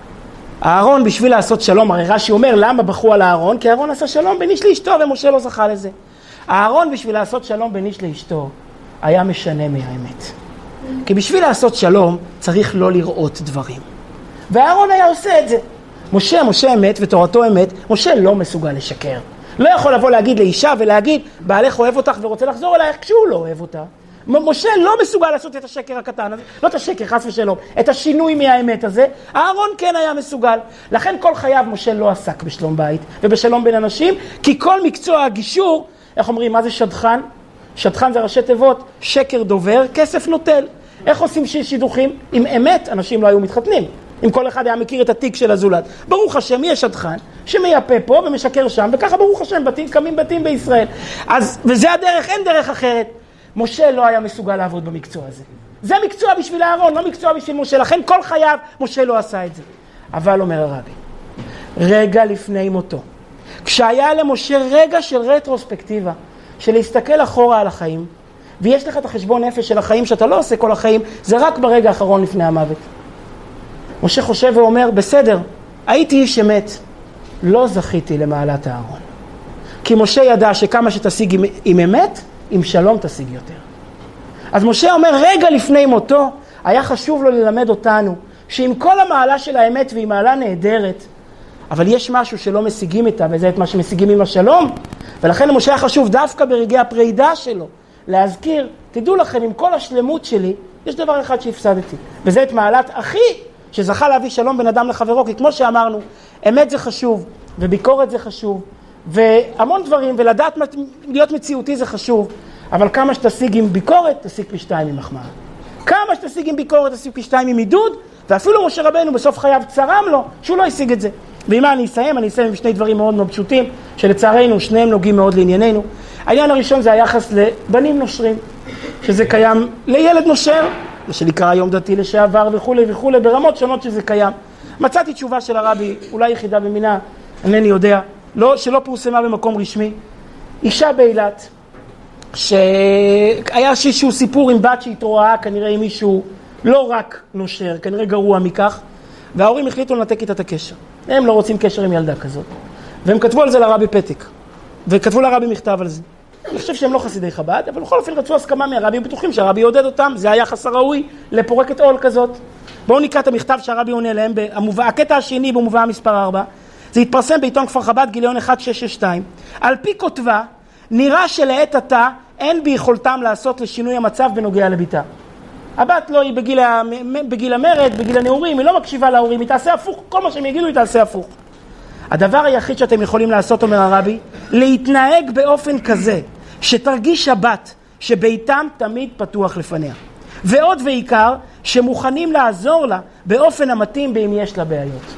אהרון בשביל לעשות שלום, הרי רש"י אומר למה בכו על אהרון? כי אהרון עשה שלום בין איש לאשתו ומשה לא זכה לזה. אהרון בשביל לעשות שלום בין איש לאשתו היה משנה מהאמת. כי בשביל לעשות שלום צריך לא לראות דברים. ואהרון היה עושה את זה. משה, משה אמת ותורתו אמת, משה לא מסוגל לשקר. לא יכול לבוא להגיד לאישה ולהגיד, בעלך אוהב אותך ורוצה לחזור אלייך כשהוא לא אוהב אותה. משה לא מסוגל לעשות את השקר הקטן הזה, לא את השקר חס ושלום, את השינוי מהאמת הזה. אהרון כן היה מסוגל. לכן כל חייו משה לא עסק בשלום בית ובשלום בין אנשים, כי כל מקצוע הגישור, איך אומרים, מה זה שדכן? שדכן זה ראשי תיבות, שקר דובר, כסף נוטל. איך עושים שידוכים? עם אמת אנשים לא היו מתחתנים. אם כל אחד היה מכיר את התיק של הזולת. ברוך השם, יש שדכן שמייפה פה ומשקר שם, וככה ברוך השם, בתים, קמים בתים בישראל. אז, וזה הדרך, אין דרך אחרת. משה לא היה מסוגל לעבוד במקצוע הזה. זה מקצוע בשביל אהרון, לא מקצוע בשביל משה. לכן כל חייו משה לא עשה את זה. אבל אומר הרבי, רגע לפני מותו, כשהיה למשה רגע של רטרוספקטיבה, של להסתכל אחורה על החיים, ויש לך את החשבון נפש של החיים שאתה לא עושה כל החיים, זה רק ברגע האחרון לפני המוות. משה חושב ואומר, בסדר, הייתי איש אמת, לא זכיתי למעלת הארון. כי משה ידע שכמה שתשיג עם, עם אמת, עם שלום תשיג יותר. אז משה אומר, רגע לפני מותו, היה חשוב לו ללמד אותנו, שעם כל המעלה של האמת והיא מעלה נהדרת, אבל יש משהו שלא משיגים איתה, וזה את מה שמשיגים עם השלום, ולכן למשה היה חשוב דווקא ברגעי הפרידה שלו, להזכיר, תדעו לכם, עם כל השלמות שלי, יש דבר אחד שהפסדתי, וזה את מעלת אחי, שזכה להביא שלום בין אדם לחברו, כי כמו שאמרנו, אמת זה חשוב, וביקורת זה חשוב, והמון דברים, ולדעת להיות מציאותי זה חשוב, אבל כמה שתשיג עם ביקורת, תשיג פי שתיים עם מחמאה. כמה שתשיג עם ביקורת, תשיג פי שתיים עם עידוד, ואפילו משה רבנו בסוף חייו צרם לו, שהוא לא השיג את זה. ואמה אני אסיים, אני אסיים עם שני דברים מאוד מאוד פשוטים, שלצערנו שניהם נוגעים מאוד לענייננו. העניין הראשון זה היחס לבנים נושרים, שזה קיים לילד נושר, שנקרא היום דתי לשעבר וכו' וכו', ברמות שונות שזה קיים. מצאתי תשובה של הרבי, אולי יחידה במינה, אינני יודע, לא, שלא פורסמה במקום רשמי. אישה באילת, שהיה איזשהו סיפור עם בת שהתרועעה כנראה עם מישהו לא רק נושר, כנראה גרוע מכך, וההורים החליטו לנתק איתה את הקשר. הם לא רוצים קשר עם ילדה כזאת. והם כתבו על זה לרבי פתק, וכתבו לרבי מכתב על זה. אני חושב שהם לא חסידי חב"ד, אבל בכל אופן רצו הסכמה מהרבי, בטוחים שהרבי יעודד אותם, זה היחס הראוי לפורקת עול כזאת. בואו נקרא את המכתב שהרבי עונה להם, במובא, הקטע השני במובא מספר ארבע, זה התפרסם בעיתון כפר חב"ד גיליון אחת שש שש שתיים. על פי כותבה, נראה שלעת עתה אין ביכולתם לעשות לשינוי המצב בנוגע לביתה. הבת לא היא בגיל, בגיל המרד, בגיל הנעורים, היא לא מקשיבה להורים, היא תעשה הפוך, כל מה שהם יגידו היא תעשה הפוך. הדבר היחיד שאתם יכולים לעשות, אומר הרבי, להתנהג באופן כזה, שתרגיש הבת שביתם תמיד פתוח לפניה. ועוד ועיקר, שמוכנים לעזור לה באופן המתאים באם יש לה בעיות.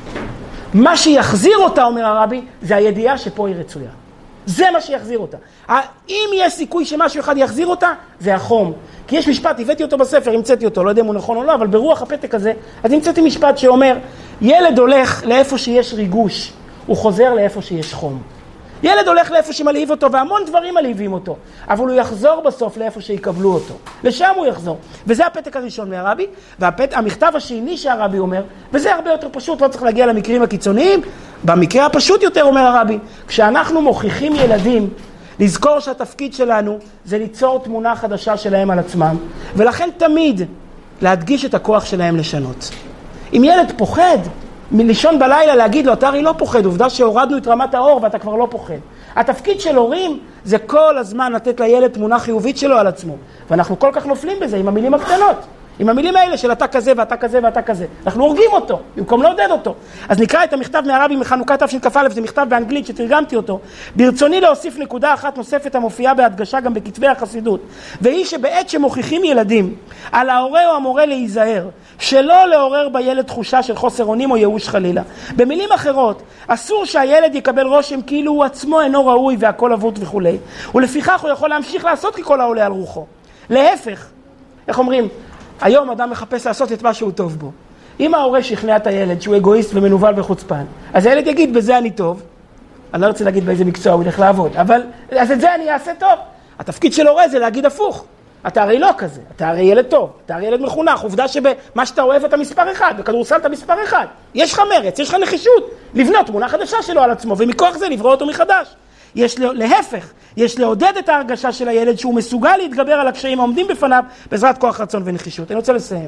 מה שיחזיר אותה, אומר הרבי, זה הידיעה שפה היא רצויה. זה מה שיחזיר אותה. אם יש סיכוי שמשהו אחד יחזיר אותה, זה החום. כי יש משפט, הבאתי אותו בספר, המצאתי אותו, לא יודע אם הוא נכון או לא, אבל ברוח הפתק הזה, אז המצאתי משפט שאומר, ילד הולך לאיפה שיש ריגוש, הוא חוזר לאיפה שיש חום. ילד הולך לאיפה שמלהיב אותו, והמון דברים מלהיבים אותו, אבל הוא יחזור בסוף לאיפה שיקבלו אותו. לשם הוא יחזור. וזה הפתק הראשון מהרבי, והמכתב השני שהרבי אומר, וזה הרבה יותר פשוט, לא צריך להגיע למקרים הקיצוניים, במקרה הפשוט יותר אומר הרבי, כשאנחנו מוכיחים ילדים, לזכור שהתפקיד שלנו זה ליצור תמונה חדשה שלהם על עצמם, ולכן תמיד להדגיש את הכוח שלהם לשנות. אם ילד פוחד, מלישון בלילה להגיד לו, אתה הרי לא פוחד, עובדה שהורדנו את רמת האור ואתה כבר לא פוחד. התפקיד של הורים זה כל הזמן לתת לילד תמונה חיובית שלו על עצמו. ואנחנו כל כך נופלים בזה עם המילים הקטנות. עם המילים האלה של אתה כזה ואתה כזה ואתה כזה. אנחנו הורגים אותו, במקום לעודד אותו. אז נקרא את המכתב מהרבי מחנוכת תשכ"א, זה מכתב באנגלית שתרגמתי אותו. ברצוני להוסיף נקודה אחת נוספת המופיעה בהדגשה גם בכתבי החסידות. והיא שבעת שמוכיחים ילדים על ההורה או המורה להיזהר, שלא לעורר בילד תחושה של חוסר אונים או ייאוש חלילה. במילים אחרות, אסור שהילד יקבל רושם כאילו הוא עצמו אינו ראוי והכל אבוד וכו'. ולפיכך הוא יכול להמשיך לעשות ככל העולה על רוחו. להפך, איך אומרים? היום אדם מחפש לעשות את מה שהוא טוב בו. אם ההורה שכנע את הילד שהוא אגואיסט ומנוול וחוצפן, אז הילד יגיד, בזה אני טוב. אני לא רוצה להגיד באיזה מקצוע הוא ילך לעבוד, אבל אז את זה אני אעשה טוב. התפקיד של הורה זה להגיד הפוך. אתה הרי לא כזה, אתה הרי ילד טוב, אתה הרי ילד מחונך. עובדה שבמה שאתה אוהב אתה מספר אחד, בכדורסל אתה מספר אחד. יש לך מרץ, יש לך נחישות לבנות תמונה חדשה שלו על עצמו, ומכוח זה לברוא אותו מחדש. יש להפך, יש לעודד את ההרגשה של הילד שהוא מסוגל להתגבר על הקשיים העומדים בפניו בעזרת כוח רצון ונחישות. אני רוצה לסיים.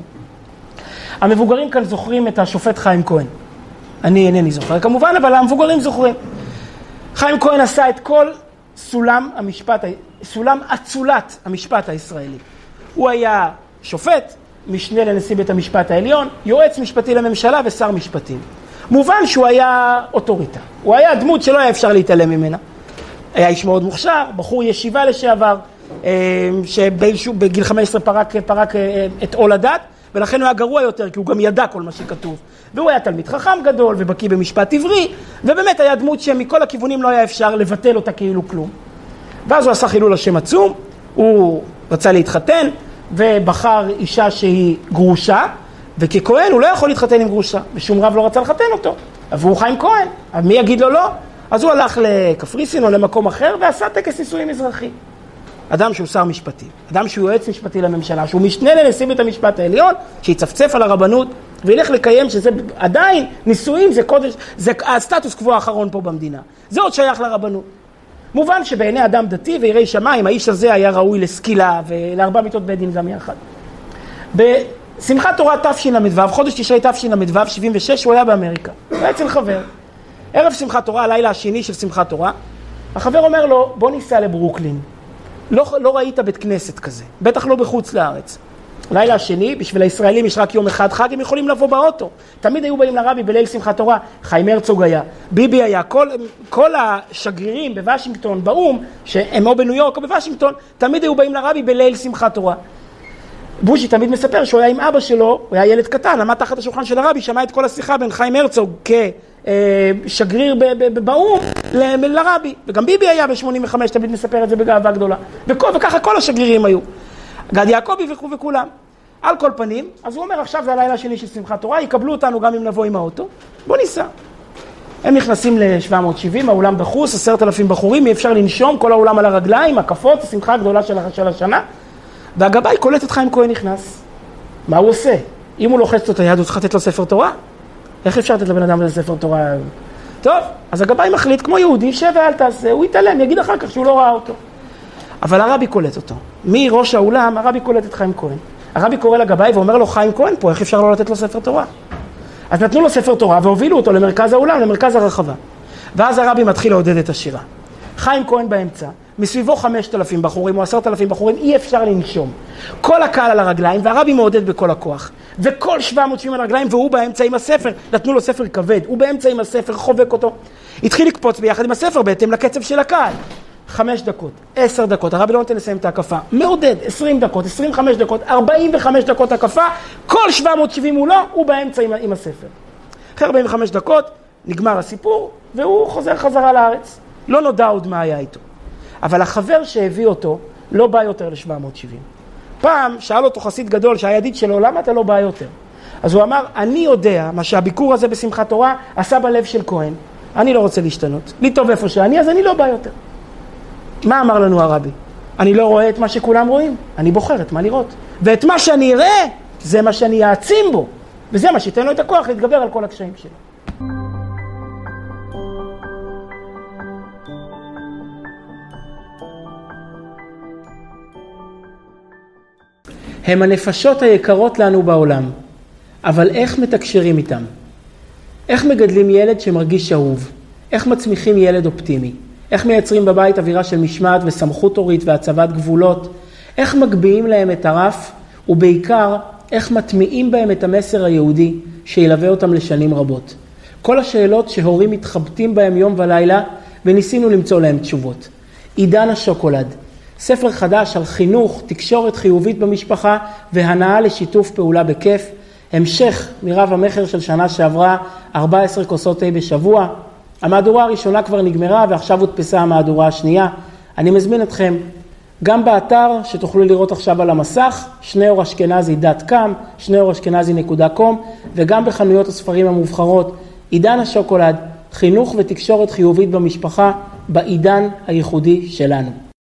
המבוגרים כאן זוכרים את השופט חיים כהן. אני אינני זוכר כמובן, אבל המבוגרים זוכרים. חיים כהן עשה את כל סולם המשפט, סולם אצולת המשפט הישראלי. הוא היה שופט, משנה לנשיא בית המשפט העליון, יועץ משפטי לממשלה ושר משפטים. מובן שהוא היה אוטוריטה. הוא היה דמות שלא היה אפשר להתעלם ממנה. היה איש מאוד מוכשר, בחור ישיבה לשעבר, שבגיל חמש עשרה פרק, פרק את עול הדת, ולכן הוא היה גרוע יותר, כי הוא גם ידע כל מה שכתוב. והוא היה תלמיד חכם גדול, ובקיא במשפט עברי, ובאמת היה דמות שמכל הכיוונים לא היה אפשר לבטל אותה כאילו כלום. ואז הוא עשה חילול השם עצום, הוא רצה להתחתן, ובחר אישה שהיא גרושה, וככהן הוא לא יכול להתחתן עם גרושה, ושום רב לא רצה לחתן אותו. אבל הוא חיים כהן, אז מי יגיד לו לא? אז הוא הלך לקפריסין או למקום אחר, ועשה טקס נישואים אזרחי. אדם שהוא שר משפטי, אדם שהוא יועץ משפטי לממשלה, שהוא משנה לנשיא בית המשפט העליון, שיצפצף על הרבנות, וילך לקיים שזה עדיין, נישואים זה קודש, זה הסטטוס קבוע האחרון פה במדינה. זה עוד שייך לרבנות. מובן שבעיני אדם דתי ויראי שמיים, האיש הזה היה ראוי לסקילה ולארבע מיתות בית דין גם יחד. בשמחת תורה תשל"ו, חודש תשרי תשל"ו, שבעים ושש, הוא היה באמריקה. הוא היה אצל חבר. ערב שמחת תורה, הלילה השני של שמחת תורה, החבר אומר לו, בוא ניסע לברוקלין. לא, לא ראית בית כנסת כזה, בטח לא בחוץ לארץ. לילה השני, בשביל הישראלים יש רק יום אחד חג, הם יכולים לבוא באוטו. תמיד היו באים לרבי בליל שמחת תורה, חיים הרצוג היה, ביבי היה, כל, כל השגרירים בוושינגטון, באום, שהם או בניו יורק או בוושינגטון, תמיד היו באים לרבי בליל שמחת תורה. בוז'י תמיד מספר שהוא היה עם אבא שלו, הוא היה ילד קטן, עמד תחת השולחן של הרבי, שמע את כל השיחה בין חיים הרצוג כשגריר באום לרבי. וגם ביבי היה ב-שמונים וחמש, תמיד מספר את זה בגאווה גדולה. וככה כל השגרירים היו. גד יעקבי וכו' וכולם. על כל פנים, אז הוא אומר, עכשיו זה הלילה השני של שמחת תורה, יקבלו אותנו גם אם נבוא עם האוטו, בוא ניסע. הם נכנסים ל-שבע מאות שבעים, האולם דחוס, עשרת אלפים בחורים, אי אפשר לנשום, כל האולם על הרגליים, הקפות, השמחה הגדולה של השנה. והגבאי קולט את חיים כהן נכנס. מה הוא עושה? אם הוא לוחץ לו את היד, הוא צריך לתת לו ספר תורה? איך אפשר לתת לבן אדם לזה ספר תורה? טוב, אז הגבאי מחליט כמו יהודי, שב ואל תעשה, הוא יתעלם, יגיד אחר כך שהוא לא ראה אותו. אבל הרבי קולט אותו. מראש האולם, הרבי קולט את חיים כהן. הרבי קורא לגבאי ואומר לו, חיים כהן פה, איך אפשר לא לתת לו ספר תורה? אז נתנו לו ספר תורה והובילו אותו למרכז האולם, למרכז הרחבה. ואז הרבי מתחיל לעודד את השירה. חיים כהן באמצע, מסביבו חמשת אלפים בחורים או עשרת אלפים בחורים, אי אפשר לנשום. כל הקהל על הרגליים, והרבי מעודד בכל הכוח. וכל שבע מאות שבעים על הרגליים, והוא באמצע עם הספר. נתנו לו ספר כבד, הוא באמצע עם הספר, חובק אותו. התחיל לקפוץ ביחד עם הספר, בהתאם לקצב של הקהל. חמש דקות, עשר דקות, הרבי לא נותן לסיים את ההקפה. מעודד, עשרים דקות, עשרים וחמש דקות, ארבעים וחמש דקות הקפה, כל שבע מאות שבעים מולו, הוא באמצע עם, עם הספר. אחרי ארבעים וחמש דקות, נגמר הסיפור, והוא חוזר חזרה לארץ. לא נודע עוד מה היה איתו. אבל החבר שהביא אותו, לא בא יותר ל-שבע מאות שבעים. פעם שאל אותו חסיד גדול, שהיה ידיד שלו, למה אתה לא בא יותר? אז הוא אמר, אני יודע מה שהביקור הזה בשמחת תורה עשה בלב של כהן. אני לא רוצה להשתנות. לי טוב איפה שאני, אז אני לא בא יותר. מה אמר לנו הרבי? אני לא רואה את מה שכולם רואים, אני בוחר את מה לראות. ואת מה שאני אראה, זה מה שאני אעצים בו. וזה מה שייתן לו את הכוח להתגבר על כל הקשיים שלו. הם הנפשות היקרות לנו בעולם, אבל איך מתקשרים איתם? איך מגדלים ילד שמרגיש אהוב? איך מצמיחים ילד אופטימי? איך מייצרים בבית אווירה של משמעת וסמכות הורית והצבת גבולות? איך מגביהים להם את הרף? ובעיקר, איך מטמיעים בהם את המסר היהודי שילווה אותם לשנים רבות? כל השאלות שהורים מתחבטים בהם יום ולילה, וניסינו למצוא להם תשובות. עידן השוקולד, ספר חדש על חינוך, תקשורת חיובית במשפחה והנאה לשיתוף פעולה בכיף. המשך מרב המחר של שנה שעברה, ארבע עשרה כוסות תה בשבוע. המהדורה הראשונה כבר נגמרה ועכשיו הודפסה המהדורה השנייה. אני מזמין אתכם גם באתר שתוכלו לראות עכשיו על המסך, שניאור אשכנזי דוט קום, שניאור אשכנזי נקודה קום, וגם בחנויות הספרים המובחרות. עידן השוקולד, חינוך ותקשורת חיובית במשפחה בעידן הייחודי שלנו.